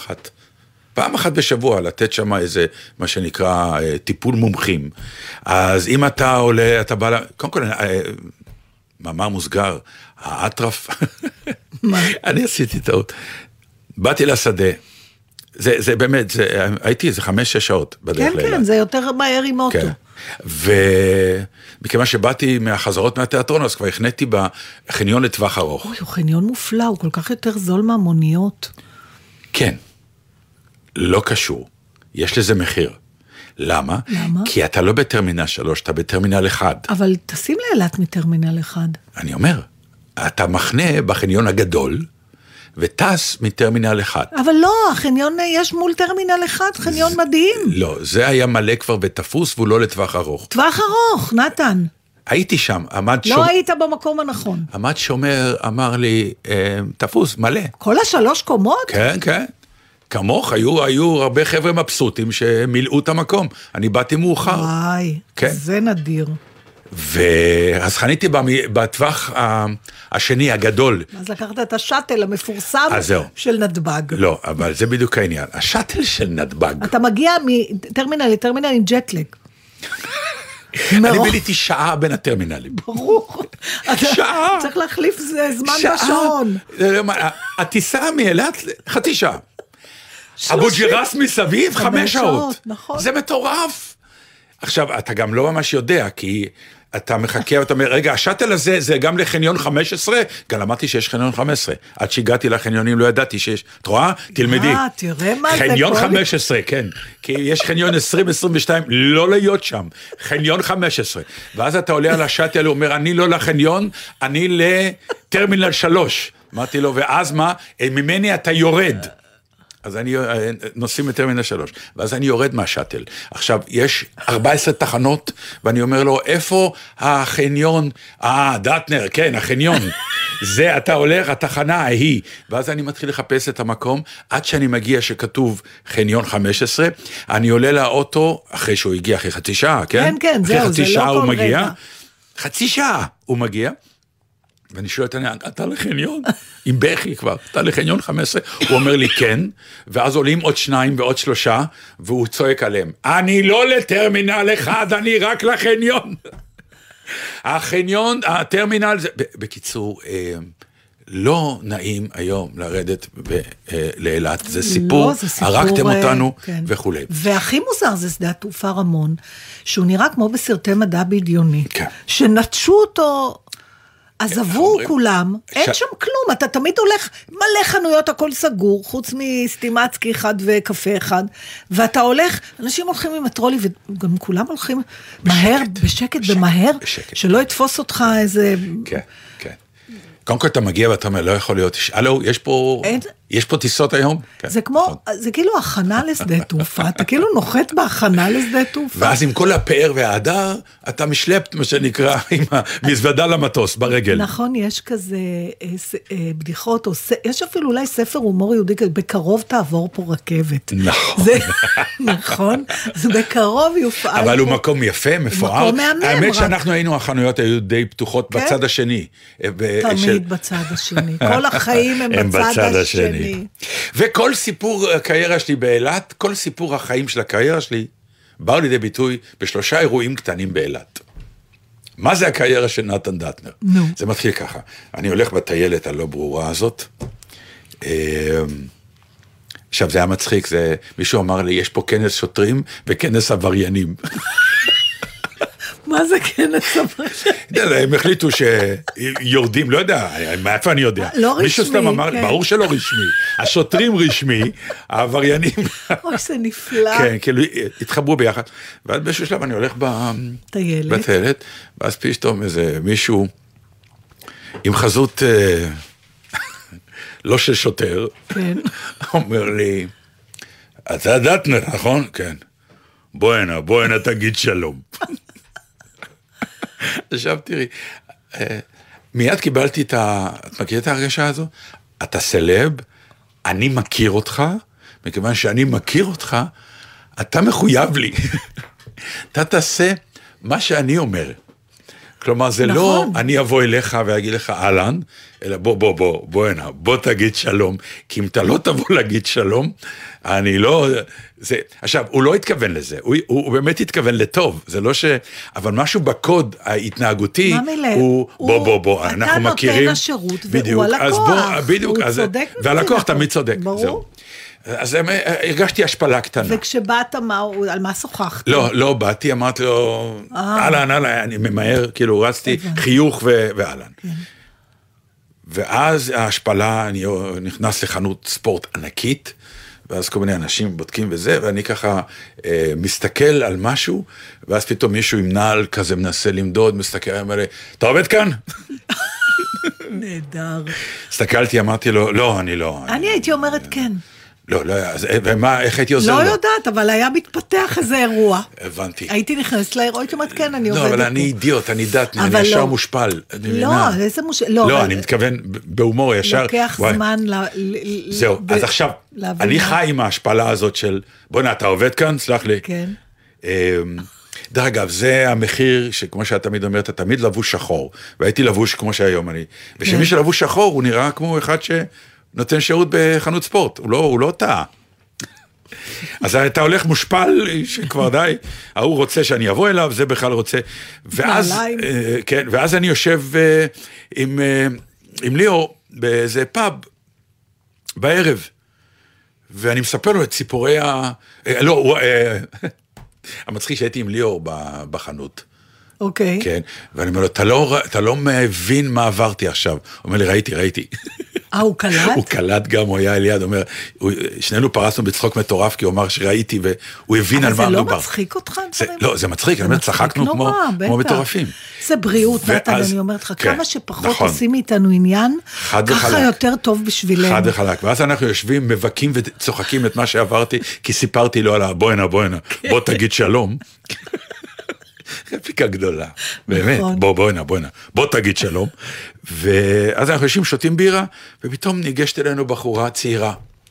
פעם אחת בשבוע, לתת שם איזה, מה שנקרא, טיפול מומחים. אז אם אתה עולה, אתה בא, קודם כל, מאמר מוסגר, האטרף, אני עשיתי טעות. באתי לשדה, זה באמת, הייתי איזה 5-6 שעות בדרך לילה. כן, זה יותר מהר עם אוטו. ומכיוון שבאתי מהחזרות מהתיאטרון, אז כבר הכניתי בחניון לטווח ארוך. אוי, הוא חניון מופלא, הוא כל כך יותר זול מהמוניות. כן. לא קשור, יש לזה מחיר. למה? כי אתה לא בטרמינל 3, אתה בטרמינל 1. אבל תשים לאילת מטרמינל 1. אני אומר, אתה מחנה בחניון הגדול, וטס מטרמינל 1. אבל לא, החניון יש מול טרמינל 1, חניון מדהים. לא, זה היה מלא כבר ותפוס, והוא לא לטווח ארוך. טווח ארוך, נתן. הייתי שם, לא היית במקום הנכון. עמד שומר, אמר לי, תפוס, מלא. כל 3 קומות? כן, כן. כמוך, היו הרבה חבר'ה מבסוטים שמילאו את המקום. אני באתי מאוחר. וואי, כן. זה נדיר. אז חניתי בטווח השני, הגדול. אז לקחת את השאטל המפורסם של נתב"ג. לא, אבל זה בדיוק העניין. השאטל של נתב"ג. אתה מגיע מטרמינל לטרמינל עם ג'טלג. אני ביליתי שעה בין הטרמינלים. ברור. שעה. צריך להחליף זמן בשעון. הטיסה מאילת חצי שעה. אבו ג'ירס מסביב 5 שעות. נכון. זה מטורף. עכשיו, אתה גם לא ממש יודע, כי אתה מחכה ואתה אומר, רגע, השאטל הזה זה גם לחניון 15? גם למדתי שיש חניון 15. עד שהגעתי לחניונים לא ידעתי שיש. את רואה? תלמדי. תראה מה זה. חניון 15, כן. כי יש חניון 20, 22, לא להיות שם. חניון 15. ואז אתה עולה על השאטל, הוא אומר, אני לא לחניון, אני לטרמינל 3. אמרתי לו, ואז מה? ממני אתה יורד. אז אני נוסעים לטרמינל 3, ואז אני יורד מהשאטל. עכשיו, יש 14 תחנות, ואני אומר לו, איפה החניון? דטנר, כן, החניון. זה, אתה הולך, התחנה ההיא. ואז אני מתחיל לחפש את המקום, עד שאני מגיע שכתוב חניון 15, אני עולה לאוטו, אחרי שהוא הגיע, אחרי חצי שעה, כן? כן, כן, זהו, זה לא כל רגע. חצי שעה הוא מגיע, ואני שואל אותי, אתה לחניון? עם בכי כבר, אתה לחניון 15? הוא אומר לי כן, ואז עולים עוד 2 ועוד 3, והוא צועק עליהם, אני לא לטרמינל 1, אני רק לחניון. החניון, הטרמינל, בקיצור, לא נעים היום לרדת לאילת, זה סיפור, הרגתם אותנו וכו'. והכי מוזר זה שדה התעופה רמון, שהוא נראה כמו בסרטי מדע בדיוני, שנטשו אותו, עזבו כולם, אין שם כלום, אתה תמיד הולך, מלא חנויות, הכל סגור, חוץ מסטימצקי אחד וקפה אחד, ואתה הולך, אנשים הולכים עם הטרולי, וגם כולם הולכים מהר, בשקט ומהר, שלא יתפוס אותך איזה... כן, כן. קודם כל אתה מגיע ואתה אומר, לא יכול להיות, הלו, יש פה טיסות היום? זה כמו, זה כאילו הכנה לשדה תעופה, אתה כאילו נוחת בהכנה לשדה תעופה. ואז עם כל הפאר וההדר, אתה משלפת, מה שנקרא, עם המזוודה למטוס, ברגל. נכון, יש כזה בדיחות, יש אפילו אולי ספר הומור יהודי, בקרוב תעבור פה רכבת. נכון. נכון, זה בקרוב יופעל. אבל הוא מקום יפה, מפואר. מקום מהמם. האמת שאנחנו היינו, החנויות היו די פתוחות בצד השני. תמיד בצד השני. כל החיים הם בצד השני. וכל סיפור הקריירה שלי באילת, כל סיפור החיים של הקריירה שלי, באו לידי ביטוי ב3 אירועים קטנים באילת. מה זה הקריירה של נתן דטנר? זה מתחיל ככה, אני הולך בטיילת הלא ברורה הזאת, עכשיו זה היה מצחיק, מישהו אמר לי, יש פה כנס שוטרים וכנס עבריינים. מה זה כנס עבריינים? הם החליטו שיורדים, לא יודע, מאיפה אני יודע. לא רשמי, מישהו סתם אמר, ברור שלא רשמי. השוטרים רשמי, העבריינים... אוי, זה נפלא. כן, כאילו, התחברו ביחד. ואז באיזשהו שלב אני הולך בטיילת, ואז פתאום איזה מישהו עם חזות לא של שוטר, אומר לי, אתה דטנר, נכון? כן. בוא הנה תגיד שלום. עכשיו תראי, מיד קיבלתי את מכיר את ההרגשה הזו? אתה סלב, אני מכיר אותך, מכיוון שאני מכיר אותך, אתה מחויב לי. אתה תעשה מה שאני אומר. כלומר, זה לא אני אבוא אליך ואגיד לך אהלן, אלא בוא תגיד שלום, כי אם אתה לא תבוא להגיד שלום, אני לא... עכשיו, הוא לא התכוון לזה, הוא באמת התכוון לטוב, זה לא ש... אבל משהו בקוד ההתנהגותי, הוא בוא, אנחנו מכירים... אתה נותן השירות והוא הלקוח, בדיוק, הוא צודק. והלקוח תמיד צודק, ברור. אז הרגשתי השפלה קטנה. וכשבאת, על מה שוחחת? לא באתי, אמרתי לו, אהלן, אני ממהר, כאילו רצתי חיוך ואהלן. ואז ההשפלה, אני נכנס לחנות ספורט ענקית, ואז כל מיני אנשים בודקים וזה, ואני ככה מסתכל על משהו, ואז פתאום מישהו עם נעל כזה מנסה למדוד, מסתכל, אומר לי, אתה עובד כאן? נהדר. הסתכלתי, אמרתי לו, לא, אני לא. אני הייתי אומרת כן. לא, ומה, איך הייתי עוזר לו? לא יודעת, אבל היה מתפתח איזה אירוע. הבנתי. הייתי נכנסת לאירוע, הייתי אומרת, כן, אני עובדת פה. לא, אבל אני אידיוט, אני דעת, אני ישר מושפל. לא, איזה מושפל. לא, אני מתכוון, בהומור ישר. לוקח זמן זהו, אז עכשיו, אני חי עם ההשפלה הזאת של, בוא'נה, אתה עובד כאן? סלח לי. כן. דרך אגב, זה המחיר שכמו שאת תמיד אומרת, אתה תמיד לבוש שחור, והייתי לבוש כמו שהיום אני. ושמי שלבוש שחור, הוא נראה כמו אחד נותן שירות בחנות ספורט, הוא לא טעה. אז אתה הולך מושפל, שכבר די, ההוא רוצה שאני אבוא אליו, זה בכלל רוצה, ואז, כן, ואז אני יושב עם ליאור באיזה פאב, בערב, ואני מספר לו את סיפורי המצחיק שהייתי עם ליאור בחנות. אוקיי. כן, ואני אומר לו, אתה לא מבין מה עברתי עכשיו. הוא אומר לי, ראיתי. הוא קלט? הוא קלט גם, הוא היה ליד, אומר, שנינו פרסנו בצחוק מטורף, כי הוא אמר שראיתי, והוא הבין על מה מדובר. אבל זה לא מצחיק אותך? לא, זה מצחיק, אני אומר, צחקנו כמו מטורפים. זה בריאות, נתן, אני אומרת לך, כמה שפחות עושים מאיתנו עניין, ככה יותר טוב בשבילנו. חד וחלק, ואז אנחנו יושבים, מבקים וצוחקים את מה שעברתי, כי סיפרתי לו על הבואנה, בוא תגיד שלום. רפיקה גדולה, באמת, בוא תגיד שלום, ואז אנחנו יושבים, שותים בירה, ופתאום ניגשת אלינו בחורה צעירה,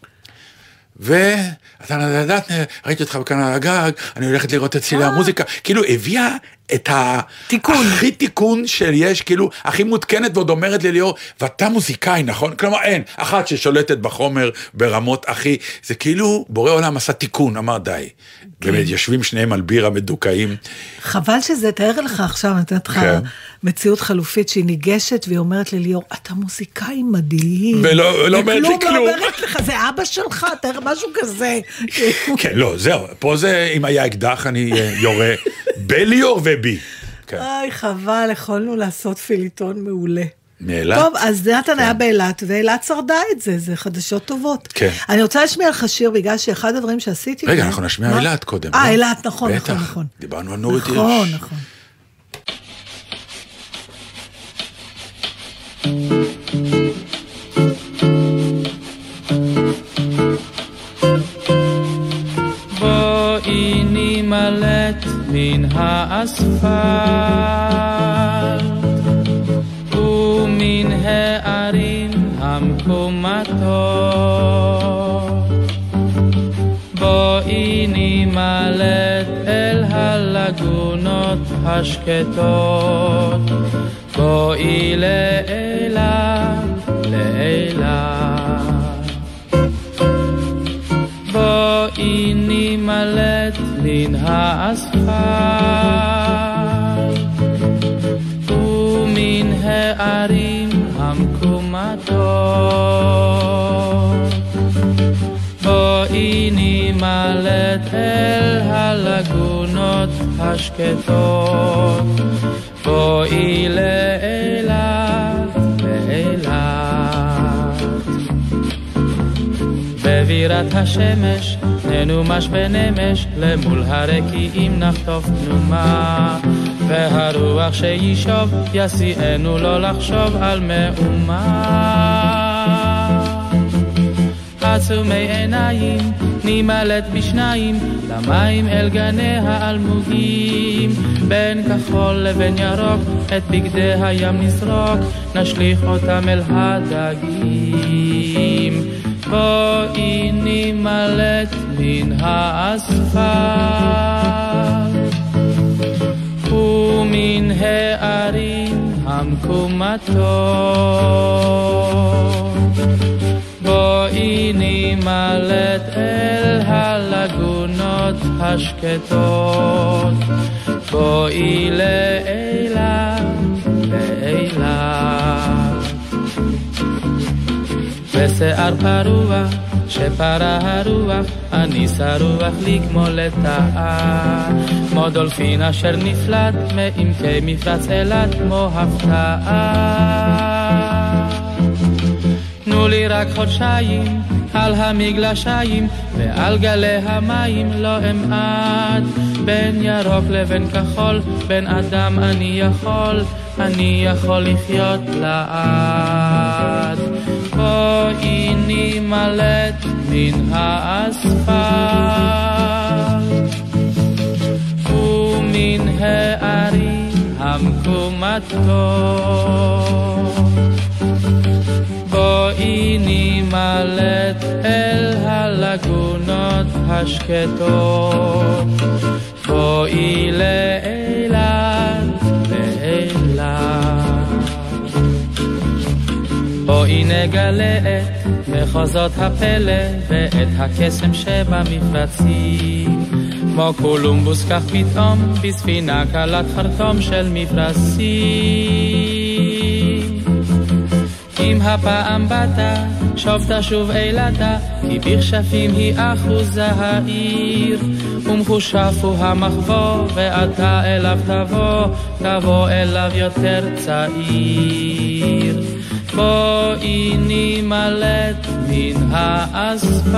ואתה יודעת, ראיתי אותך בכאן על הגג, אני הולכת לראות את צלילי המוזיקה, כאילו הביאה את הכי תיקון שיש, כאילו הכי מותקנת, ועוד אומרת לליאור, ואתה מוזיקאי, נכון? כלומר אין, אחת ששולטת בחומר ברמות הכי, זה כאילו בורא עולם עשה תיקון, אמר די, באמת יושבים שניהם על בירה מדוכאים. חבל שזה, תאר לך עכשיו, נתת לך מציאות חלופית שהיא ניגשת, והיא אומרת לליאור, אתה מוזיקאי מדהים. ולא אומרת לי כלום. לא אומרת לך, זה אבא שלך, תאר משהו כזה. כן, לא, זהו, פה זה, אם היה אקדח, אני יורה בליאור ובי. איי, חבל, יכולנו לעשות פיליטון מעולה. מאילת? טוב, אז נתן היה באילת, ואילת שרדה את זה, זה חדשות טובות. כן. אני רוצה להשמיע לך שיר, בגלל שאחד הדברים שעשיתי... רגע, אנחנו נשמיע אילת קודם. אילת, נכון. דיברנו על נורית הירש. נכון. בואי נמלט מן האספלט ומן הערים המקומתות, בואי נמלט אל הלגונות השקטות, בואי לאילת, בואי נמלט מן האספלט ומן הערים המקומתות, בואי נמלט אל הלגונות השקטות, בואי לאילת, בבירת השמש ננומש בנמש, למול הרקיעים נחטוף תנומה, והרוח שישוב יסיענו לא לחשוב על מאומה. עצומי עיניים נמלט בשניים, למים אל גני האלמוגים, בין כחול לבין ירוק את בגדי הים נזרוק, נשליך אותם אל הדגים. בואי נמלט מן האספלט ומן הערים המקומתות, בואי נמלט אל הלגונות השקטות, בואי לאילת, בשיער פרוע שפרה הרוח, אני שרוח לי כמו לטעה, כמו דולפין אשר נפלט מעמקי מפרץ אילת כמו הפתעה. תנו לי רק חודשיים על המגלשיים ועל גלי המים לא אמעט, בין ירוק לבין כחול, בין אדם אני יכול לחיות לעד. בואי נמלט מן האספלט ומן הערים המקומתות, בואי נמלט אל הלגונות השקטות, בואי לאילת, בואי נגלה את מחוזות הפלא ואת הקסם שבמפרצים. כמו קולומבוס כך פתאום בספינה קלת חרטום של מפרשים. אם הפעם באת שוב תשוב אילתה, כי בכשפים היא אחוזה העיר. ומחושף הוא המחבוא ואתה אליו תבוא אליו יותר צעיר. בואי נמלט מן האספלט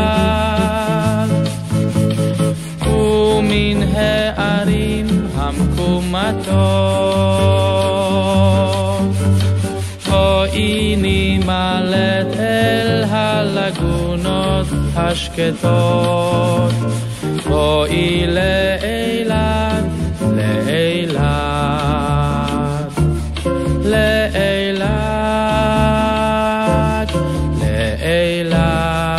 ומן הערים המקומטות. בואי נמלט אל הלגונות השקטות. בואי לאילת, לאילת, לאילת, לאילת.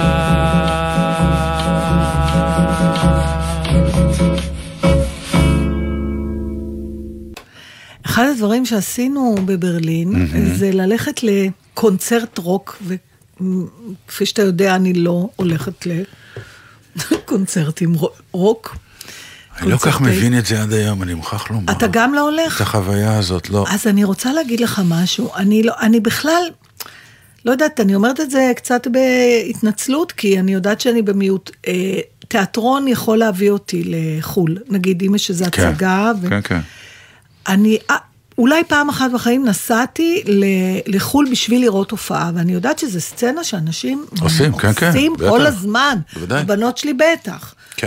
אחד הדברים שעשינו בברלין זה ללכת לקונצרט רוק, וכפי שאתה יודע אני לא הולכת לקונצרטים רוק. אני לא כך מבין את זה עד היום, אני מוכרח לומר. אתה גם לא הולך? את החוויה הזאת, לא. אז אני רוצה להגיד לך משהו, אני בכלל, לא יודעת, אני אומרת את זה קצת בהתנצלות, כי אני יודעת שאני במיעוט, תיאטרון יכול להביא אותי לחול, נגיד אם יש איזו הצגה, כן, כן. אני, אולי פעם אחת בחיים נסעתי לחול בשביל לראות הופעה, ואני יודעת שזו סצנה שאנשים עושים כל הזמן, הבנות שלי בטח. כן.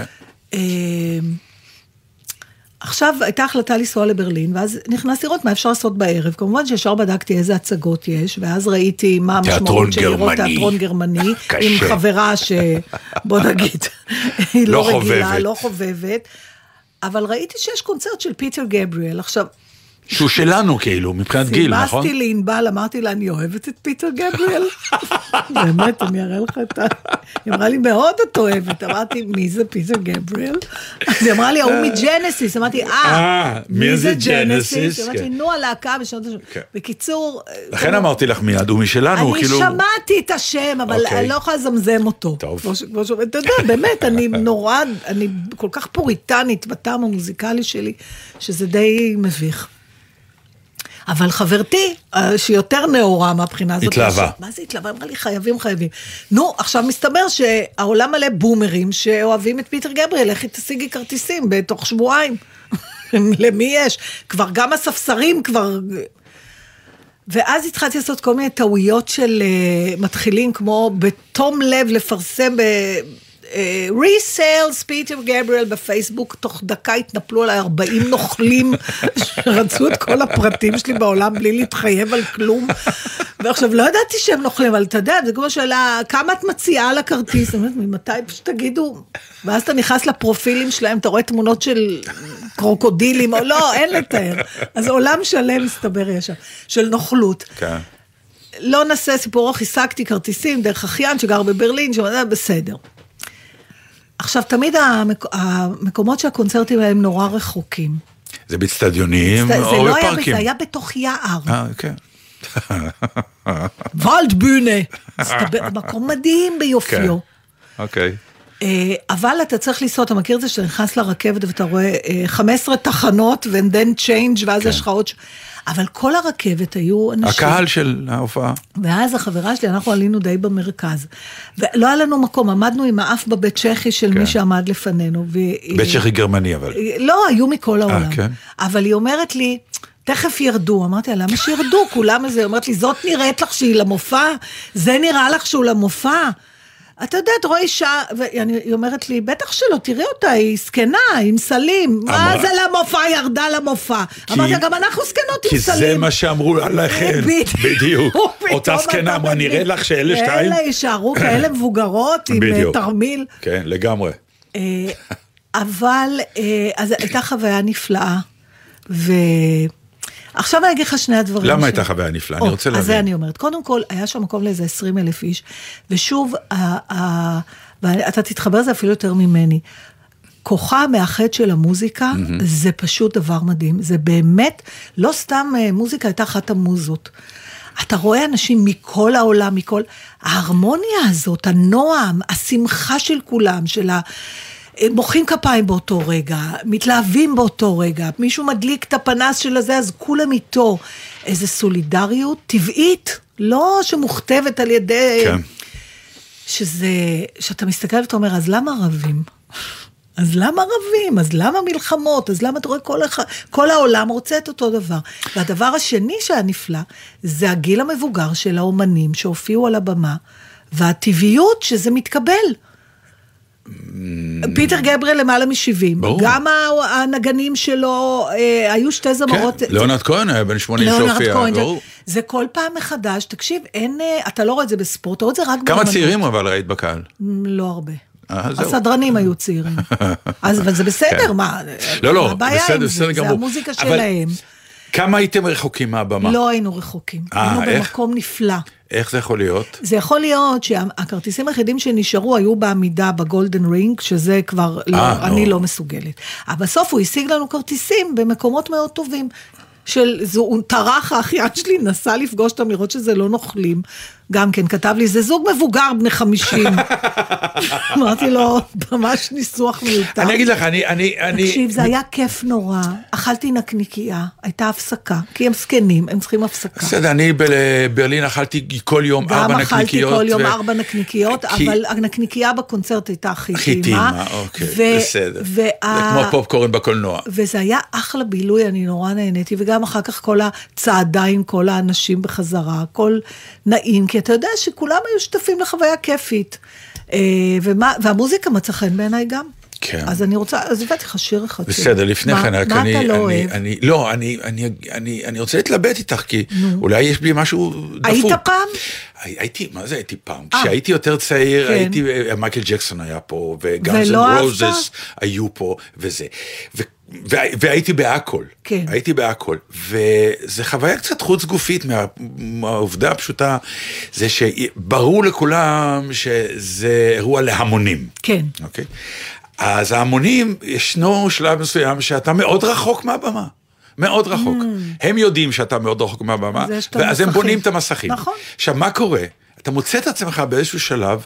עכשיו הייתה החלטה לנסוע לברלין, ואז נכנסתי לראות מה אפשר לעשות בערב, כמובן שישר בדקתי איזה הצגות יש, ואז ראיתי מה המשמעות של לראות תיאטרון גרמני, עם חברה שבוא נגיד, היא לא רגילה, לא חובבת, אבל ראיתי שיש קונצרט של פיטר גבריאל, עכשיו, שהוא שלנו כאילו, מבחינת גיל, נכון? סיבסתי לענבל, אמרתי לה, אני אוהבת את פיטר גבריאל. באמת, אני אראה לך את ה... היא אמרה לי, מאוד את אוהבת. אמרתי, מי זה פיטר גבריאל? אז היא אמרה לי, הוא מג'נסיס. אמרתי, מי זה ג'נסיס? אמרתי, נו, הלהקה בשנות השם. בקיצור... לכן אמרתי לך מיד, הוא משלנו, כאילו... אני שמעתי את השם, אבל אני לא יכולה לזמזם אותו. טוב. אתה יודע, באמת, אני נורא, אני כל כך פוריטנית בטעם המוזיקלי שלי, שזה די מביך. אבל חברתי, שיותר נאורה מהבחינה הזאת. התלהבה. מה זה התלהבה? אמרה לי, חייבים. נו, עכשיו מסתבר שהעולם מלא בומרים שאוהבים את פיטר גבריאל, איך היא תשיגי כרטיסים בתוך שבועיים? למי יש? כבר גם הספסרים כבר... ואז התחלתי לעשות כל מיני טעויות של מתחילים, כמו בתום לב לפרסם ריסיילס פיטר גבריאל בפייסבוק, תוך דקה התנפלו עליי 40 נוכלים שרצו את כל הפרטים שלי בעולם בלי להתחייב על כלום, ועכשיו לא ידעתי שהם נוכלים, אבל אתה יודע, זה כמו שאלה, כמה את מציעה על הכרטיס? אני אומרת, ממתי פשוט תגידו, ואז אתה נכנס לפרופילים שלהם, אתה רואה תמונות של קרוקודילים, או לא, אין לתאר, אז עולם שלם מסתבר ישר, של נוכלות. כן. לא נעשה סיפור, חיסקתי כרטיסים דרך אחיין שגר בברלין, שאומר, בסדר. עכשיו, תמיד המקומות שהקונצרטים הם נורא רחוקים. זה באצטדיונים או בפארקים? זה היה בתוך יער. כן. ולדבונה. מקום מדהים ביופיו. אוקיי. אבל אתה צריך לנסוע, אתה מכיר את זה שאתה נכנס לרכבת ואתה רואה 15 תחנות and then change, ואז יש לך עוד... אבל כל הרכבת היו אנשים. הקהל של ההופעה. ואז החברה שלי, אנחנו עלינו די במרכז. ולא היה לנו מקום, עמדנו עם האף בבית צ'כי של מי שעמד לפנינו. בית צ'כי גרמני אבל. לא, היו מכל העולם. כן. אבל היא אומרת לי, תכף ירדו. אמרתי, למה שירדו? כולם איזה, היא אומרת לי, זאת נראית לך שהיא למופע? זה נראה לך שהוא למופע? אתה יודע, את רואה אישה, והיא אומרת לי, בטח שלא, תראי אותה, היא סקנה, עם סלים. מה זה למופע? ירדה למופע. אמרתי, גם אנחנו סקנות עם סלים. כי זה מה שאמרו עליכם. בדיוק. אותה סקנה אמרה, נראה לך שאלה שתיים. ואלה יישארו כאלה מבוגרות עם תרמיל. כן, לגמרי. אבל, אז הייתה חוויה נפלאה, עכשיו אני אגיד לך שני הדברים. למה הייתה חוויה נפלאה? אני רוצה להבין. אז זה אני אומרת. קודם כל, היה שם מקום לאיזה 20,000 איש, ושוב, ואתה תתחבר זה אפילו יותר ממני, כוחה המאחד של המוזיקה, זה פשוט דבר מדהים. זה באמת, לא סתם מוזיקה הייתה אחת המוזות. אתה רואה אנשים מכל העולם, ההרמוניה הזאת, הנועם, השמחה של כולם, מוחאים כפיים באותו רגע, מתלהבים באותו רגע, מישהו מדליק את הפנס של הזה, אז כולם איתו. איזו סולידריות טבעית, לא שמוכתבת על ידי... כן. שאתה מסתכל ואתה אומר, אז למה רבים? אז למה רבים? אז למה מלחמות? אז למה אתה רואה כל העולם רוצה את אותו דבר? והדבר השני שהיה נפלא, זה הגיל המבוגר של האומנים שהופיעו על הבמה, והטבעיות שזה מתקבל. פיטר גבריאל למעלה מ-70, גם הנגנים שלו, היו שתי זמרות. כן, ליאונרד כהן היה בן 80 שהופיע. זה כל פעם מחדש, תקשיב, אתה לא רואה את זה בספורט, אתה רואה את זה רק כמה צעירים אבל ראית בקהל? לא הרבה. הסדרנים היו צעירים. אבל זה בסדר, מה? לא, הבעיה עם זה, זה המוזיקה שלהם. כמה הייתם רחוקים מהבמה? לא היינו רחוקים, היינו במקום נפלא. איך זה יכול להיות? זה יכול להיות שהכרטיסים היחידים שנשארו היו בעמידה בגולדן רינג, שזה כבר אני לא מסוגלת. אבל בסוף הוא השיג לנו כרטיסים במקומות מאוד טובים. הוא טרח, האחיין שלי נסע לפגוש אותם, לראות שזה לא נוכלים. גם כן, כתב לי, זה זוג מבוגר בני 50. אמרתי לו, ממש ניסוח מיותר. אני אגיד לך, תקשיב, זה היה כיף נורא. אכלתי נקניקייה, הייתה הפסקה, כי הם סקנים, הם צריכים הפסקה. בסדר, אני בברלין אכלתי כל יום 4 נקניקיות. גם אכלתי כל יום 4 נקניקיות, אבל הנקניקייה בקונצרט הייתה הכי טעימה. אוקיי, בסדר. זה כמו פופקורן בקולנוע. וזה היה אחלה בילוי, אני נורא נהניתי, וגם אחר כך כל הצעדיים, כל האנשים בחזרה, כל נעים, כי אתה יודע שכולם היו שותפים לחוויה כיפית, והמוזיקה מצא חן בעיניי גם. כן. אז אני רוצה, אז הבאתי לך שיר אחד. בסדר, לפני כן, רק מה אתה לא אוהב? לא, אני רוצה להתלבט איתך, כי אולי יש בי משהו דפוק. היית פעם? מה זה הייתי פעם? כשהייתי יותר צעיר, מייקל ג'קסון היה פה, וגאנס אנד רוזס היו פה, וזה. והייתי בהכל, כן. הייתי בהכל, וזה חוויה קצת חוץ גופית מהעובדה הפשוטה, זה שברור לכולם שזה אירוע להמונים. כן. אוקיי? אז ההמונים, ישנו שלב מסוים שאתה מאוד רחוק מהבמה. מאוד רחוק. הם יודעים שאתה מאוד רחוק מהבמה, ואז הם בונים את המסכים. נכון. עכשיו, מה קורה? אתה מוצא את עצמך באיזשהו שלב,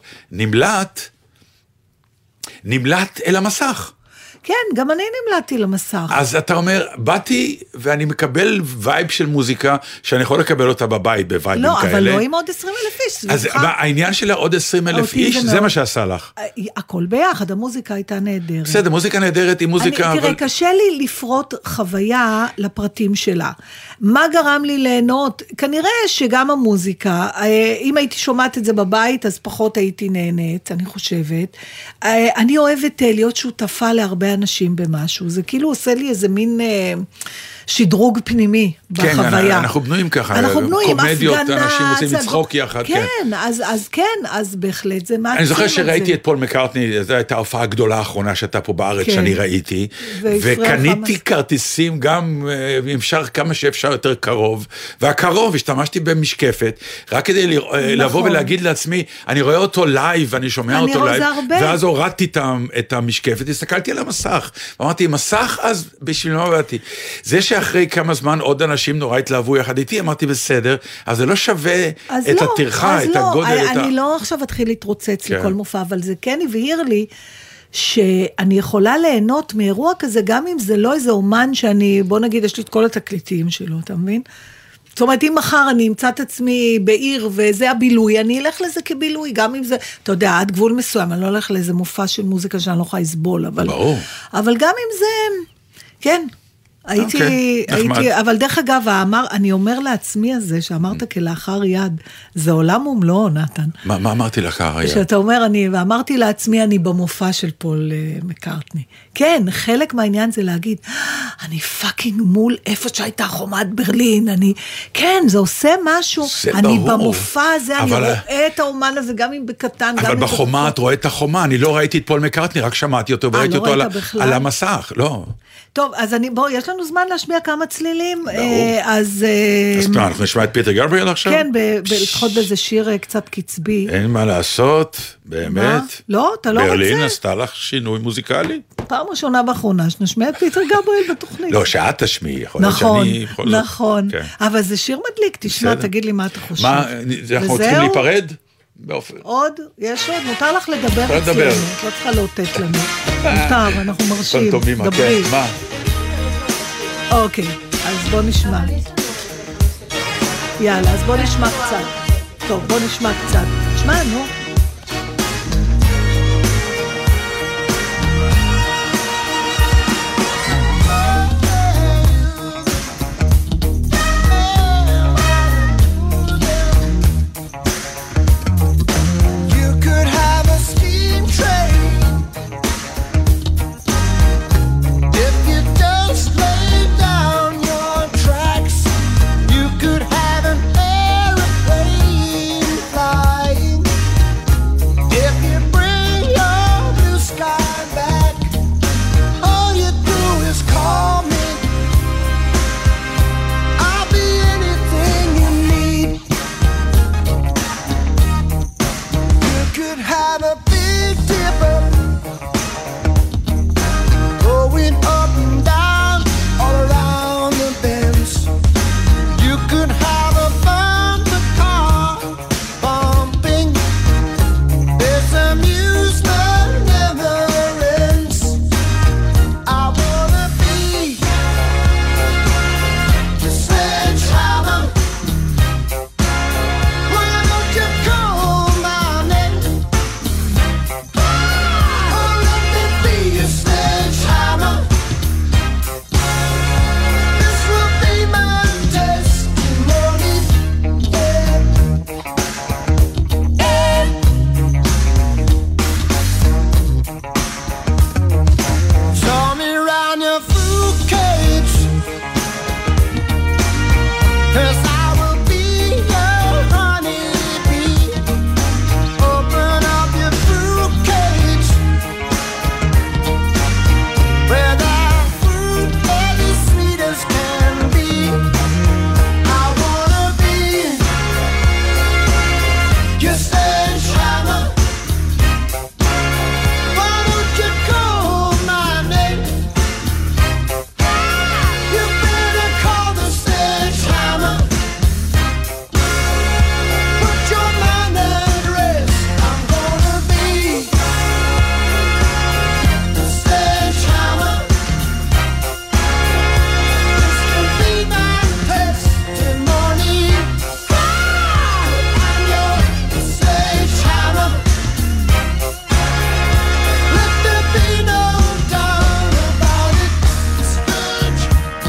נמלט אל המסך. כן, גם אני נמלטתי למסך. אז אתה אומר, באתי ואני מקבל וייב של מוזיקה, שאני יכול לקבל אותה בבית בווייבים כאלה. לא, אבל לא עם עוד 20,000 איש. אז העניין של עוד 20,000 איש, זה מה שעשה לך. הכל ביחד, המוזיקה הייתה נהדרת. בסדר, מוזיקה נהדרת היא מוזיקה... תראה, קשה לי לפרוט חוויה לפרטים שלה. מה גרם לי ליהנות? כנראה שגם המוזיקה, אם הייתי שומעת את זה בבית, אז פחות הייתי נהנית, אני חושבת. אני אוהבת להיות שותפה להרבה אנשים במשהו, זה כאילו עושה לי איזה מין שדרוג פנימי בחוויה. כן, אנחנו בנויים ככה, אנחנו בנויים, קומדיות, הפגנה, אנשים רוצים לצחוק יחד. כן, אז בהחלט זה מעצים. אני זוכר שראיתי את פול מקארטני, זו הייתה ההופעה הגדולה האחרונה שהייתה פה בארץ, שאני ראיתי, וקניתי כרטיסים גם, אם אפשר כמה שאפשר יותר קרוב, והקרוב השתמשתי במשקפת, רק כדי לבוא ולהגיד לעצמי, אני רואה אותו לייב, אני שומע אותו לייב, ואז הורדתי את המשקפת, הסתכלתי על המסך, ואמרתי, מסך אז בשביל מה באתי. זה שאחרי כמה זמן עוד אנשים נורא התלהבו יחד איתי, אמרתי בסדר, אז זה לא שווה את הטרחה, את הגודל. אני לא עכשיו אתחיל להתרוצץ לכל מופע, אבל זה כן הבהיר לי, שאני יכולה ליהנות מאירוע כזה, גם אם זה לא איזה אומן שאני, בוא נגיד, יש לי את כל התקליטים שלו, אתה מבין? זאת אומרת, אם מחר אני אמצא את עצמי בעיר, וזה הבילוי, אני אלך לזה כבילוי, גם אם זה, אתה יודע, עד גבול מסוים, אני לא הולך לאיזה מופע של מוזיקה שאני לא יכולה לסבול, אבל גם אם זה, כן, הייתי, אבל דרך אגב, אני אומר לעצמי הזה, שאמרת כלאחר יד, זה עולם ומלואו, נתן. מה אמרתי לאחר יד? שאתה אומר, ואמרתי לעצמי, אני במופע של פול מקארטני. כן, חלק מהעניין זה להגיד, אני פאקינג מול איפה שהייתה חומת ברלין, כן, זה עושה משהו, אני במופע הזה, אני רואה את האומן הזה, גם אם בקטן, אבל בחומה את רואה את החומה, אני לא ראיתי את פול מקארטני, רק שמעתי אותו, וראיתי אותו על המסך, לא. טוב, אז יש לנו זמן להשמיע כמה צלילים, אז אנחנו נשמע את פיטר גבריאל עכשיו? כן, לפחות באיזה שיר קצת קצבי. אין מה לעשות, באמת. לא, אתה לא רוצה? ברלין עשתה לך שינוי מוזיקלי? פעם ראשונה ואחרונה שנשמע את פיטר גבריאל בתוכנית. לא, שאת תשמיעי, יכול להיות נכון, שאני... בכל זאת- נכון. כן. אבל זה שיר מדליק, תשמע, בסדר. תגיד לי מה אתה חושב. מה, אנחנו צריכים וזהו? להיפרד? באופן... עוד? יש עוד? מותר לך לדבר אפשר אצלנו, לדבר. את לא צריכה לאותת לנו. מותר, אנחנו מרשים. פנטומימה, דברי. כן, מה? אוקיי, אז בוא נשמע. יאללה, אז בוא נשמע קצת. טוב, בוא נשמע קצת. שמע, נו. You could have a steam train if you just lay down your tracks. You could have an airplane flying if you bring your blue sky back. All you do is call me. I'll be anything you need. You could have a big dipper going up and down all around the bends. You could have a bumper car bumping. This amusement never ends. I wanna be your sledgehammer. Why don't you call my name? Oh, let me be your sledgehammer. This will be my testimony. Show me round your fruit cage, 'cause I will be your honeybee. Open up your fruit cage, where the fruit is sweet as can be. I wanna be your sledgehammer. Why don't you call my name? You better call the sledgehammer. Put your mind at rest. I'm gonna be the sledgehammer. This will be my testimony. I'm your sledgehammer. Let there be no doubt about it. Sledge,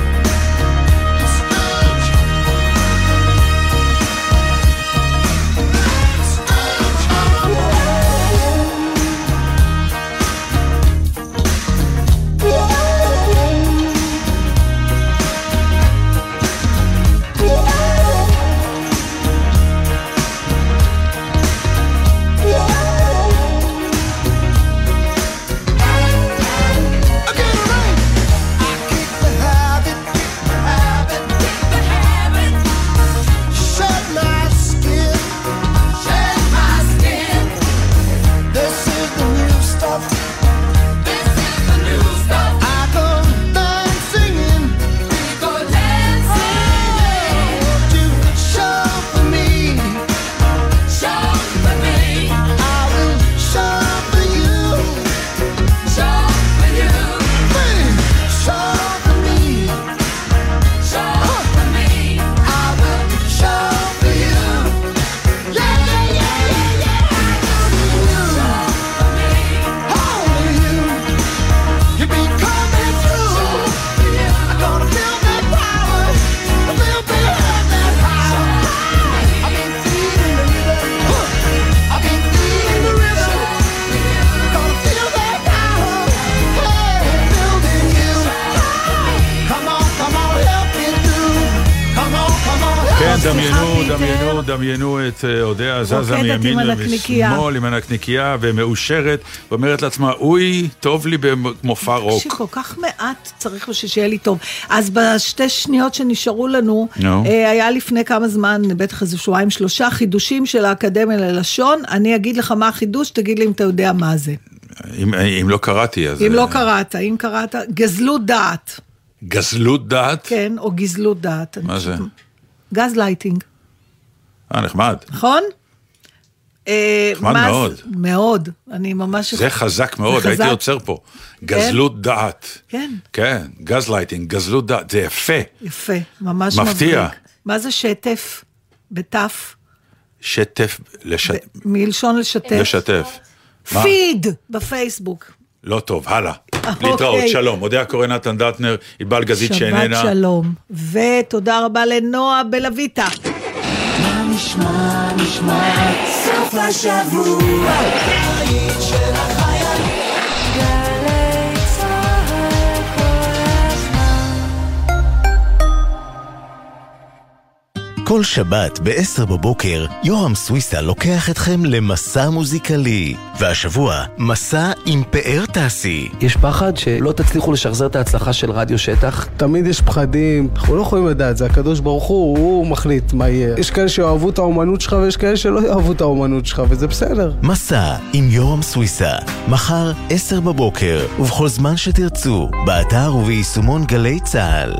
shed my skin. This is the new stuff. I go dance singing. Won't you show for me? I will show for you. Please, show for me. I will show for you. Only you. You be coming through. I'm gonna feel that power. I will be having that power. I've been feeling the rhythm. I've been feeling the rhythm. Gonna feel that power. Hey, building you. Come on, help me through. Come on, כן, סליחה, דמיינו את אודיה זזה רוקדת עם מימין הנקניקייה. ומשמאל עם הנקניקייה ומאושרת, ואומרת לעצמה, אוי, טוב לי במופע רוק. תקשיב, כל כך מעט צריך לו שיהיה לי טוב. אז בשתי שניות שנשארו לנו, נו. היה לפני כמה זמן, בטח איזה שבועיים 3 חידושים של האקדמיה ללשון. אני אגיד לך מה החידוש, תגיד לי אם אתה יודע מה זה. אם לא קראתי, אז... אם לא קראת, אם קראת, גזלות דעת. גזלות דעת? כן, או גזלות דעת. מה זה? גז לייטינג. נחמד. נכון? נחמד מאוד. מאוד, אני ממש... זה חזק מאוד, הייתי עוצר פה. גזלות דעת. כן. כן, גז לייטינג, גזלות דעת, זה יפה. יפה, ממש מפתיע. מה זה שטף? בתף? שטף, מלשון לשתף. לשתף. פיד בפייסבוק. לא טוב, הלאה. להתראות, שלום. מודה הקורא נתן דטנר, עיבל גזית שאיננה. שבת שלום. ותודה רבה לנועה בלויטה. נשמע סוף השבוע היית של החייל גלי צהל כל הזמן. כל שבת ב-10 בבוקר יורם סוויסה לוקח אתכם למסע מוזיקלי, והשבוע מסע עם פאר טסי. יש פחד שלא תצליחו לשחזר את ההצלחה של רדיו שטח? תמיד יש פחדים, אנחנו לא יכולים לדעת, זה הקדוש ברוך הוא מחליט מה יהיה. יש כאלה שאוהבו את האומנות שלך ויש כאלה שלא אוהבו את האומנות שלך, וזה בסדר. מסע עם יורם סוויסה, מחר 10 בבוקר ובכל זמן שתרצו, באתר וביישומון גלי צהל.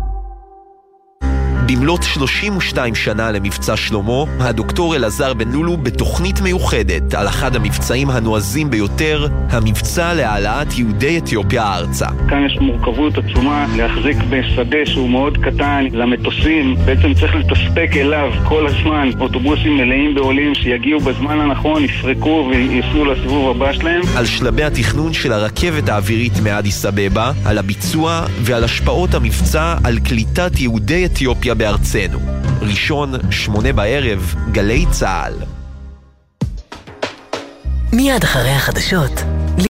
במלאת 32 שנה למבצע שלמה, הדוקטור אלעזר בן לולו בתוכנית מיוחדת על אחד המבצעים הנועזים ביותר, המבצע להעלאת יהודי אתיופיה ארצה. כאן יש מורכבות עצומה להחזיק בשדה שהוא מאוד קטן למטוסים, בעצם צריך לתספק אליו כל הזמן אוטובוסים מלאים בעולים שיגיעו בזמן הנכון, יפרקו ויסעו לסיבוב הבא שלהם. על שלבי התכנון של הרכבת האווירית מאדיס אבבה, על הביצוע ועל השפעות המבצע על קליטת יהודי אתיופיה בארצנו. ראשון, 8 בערב, גלי צהל. מיד אחרי החדשות.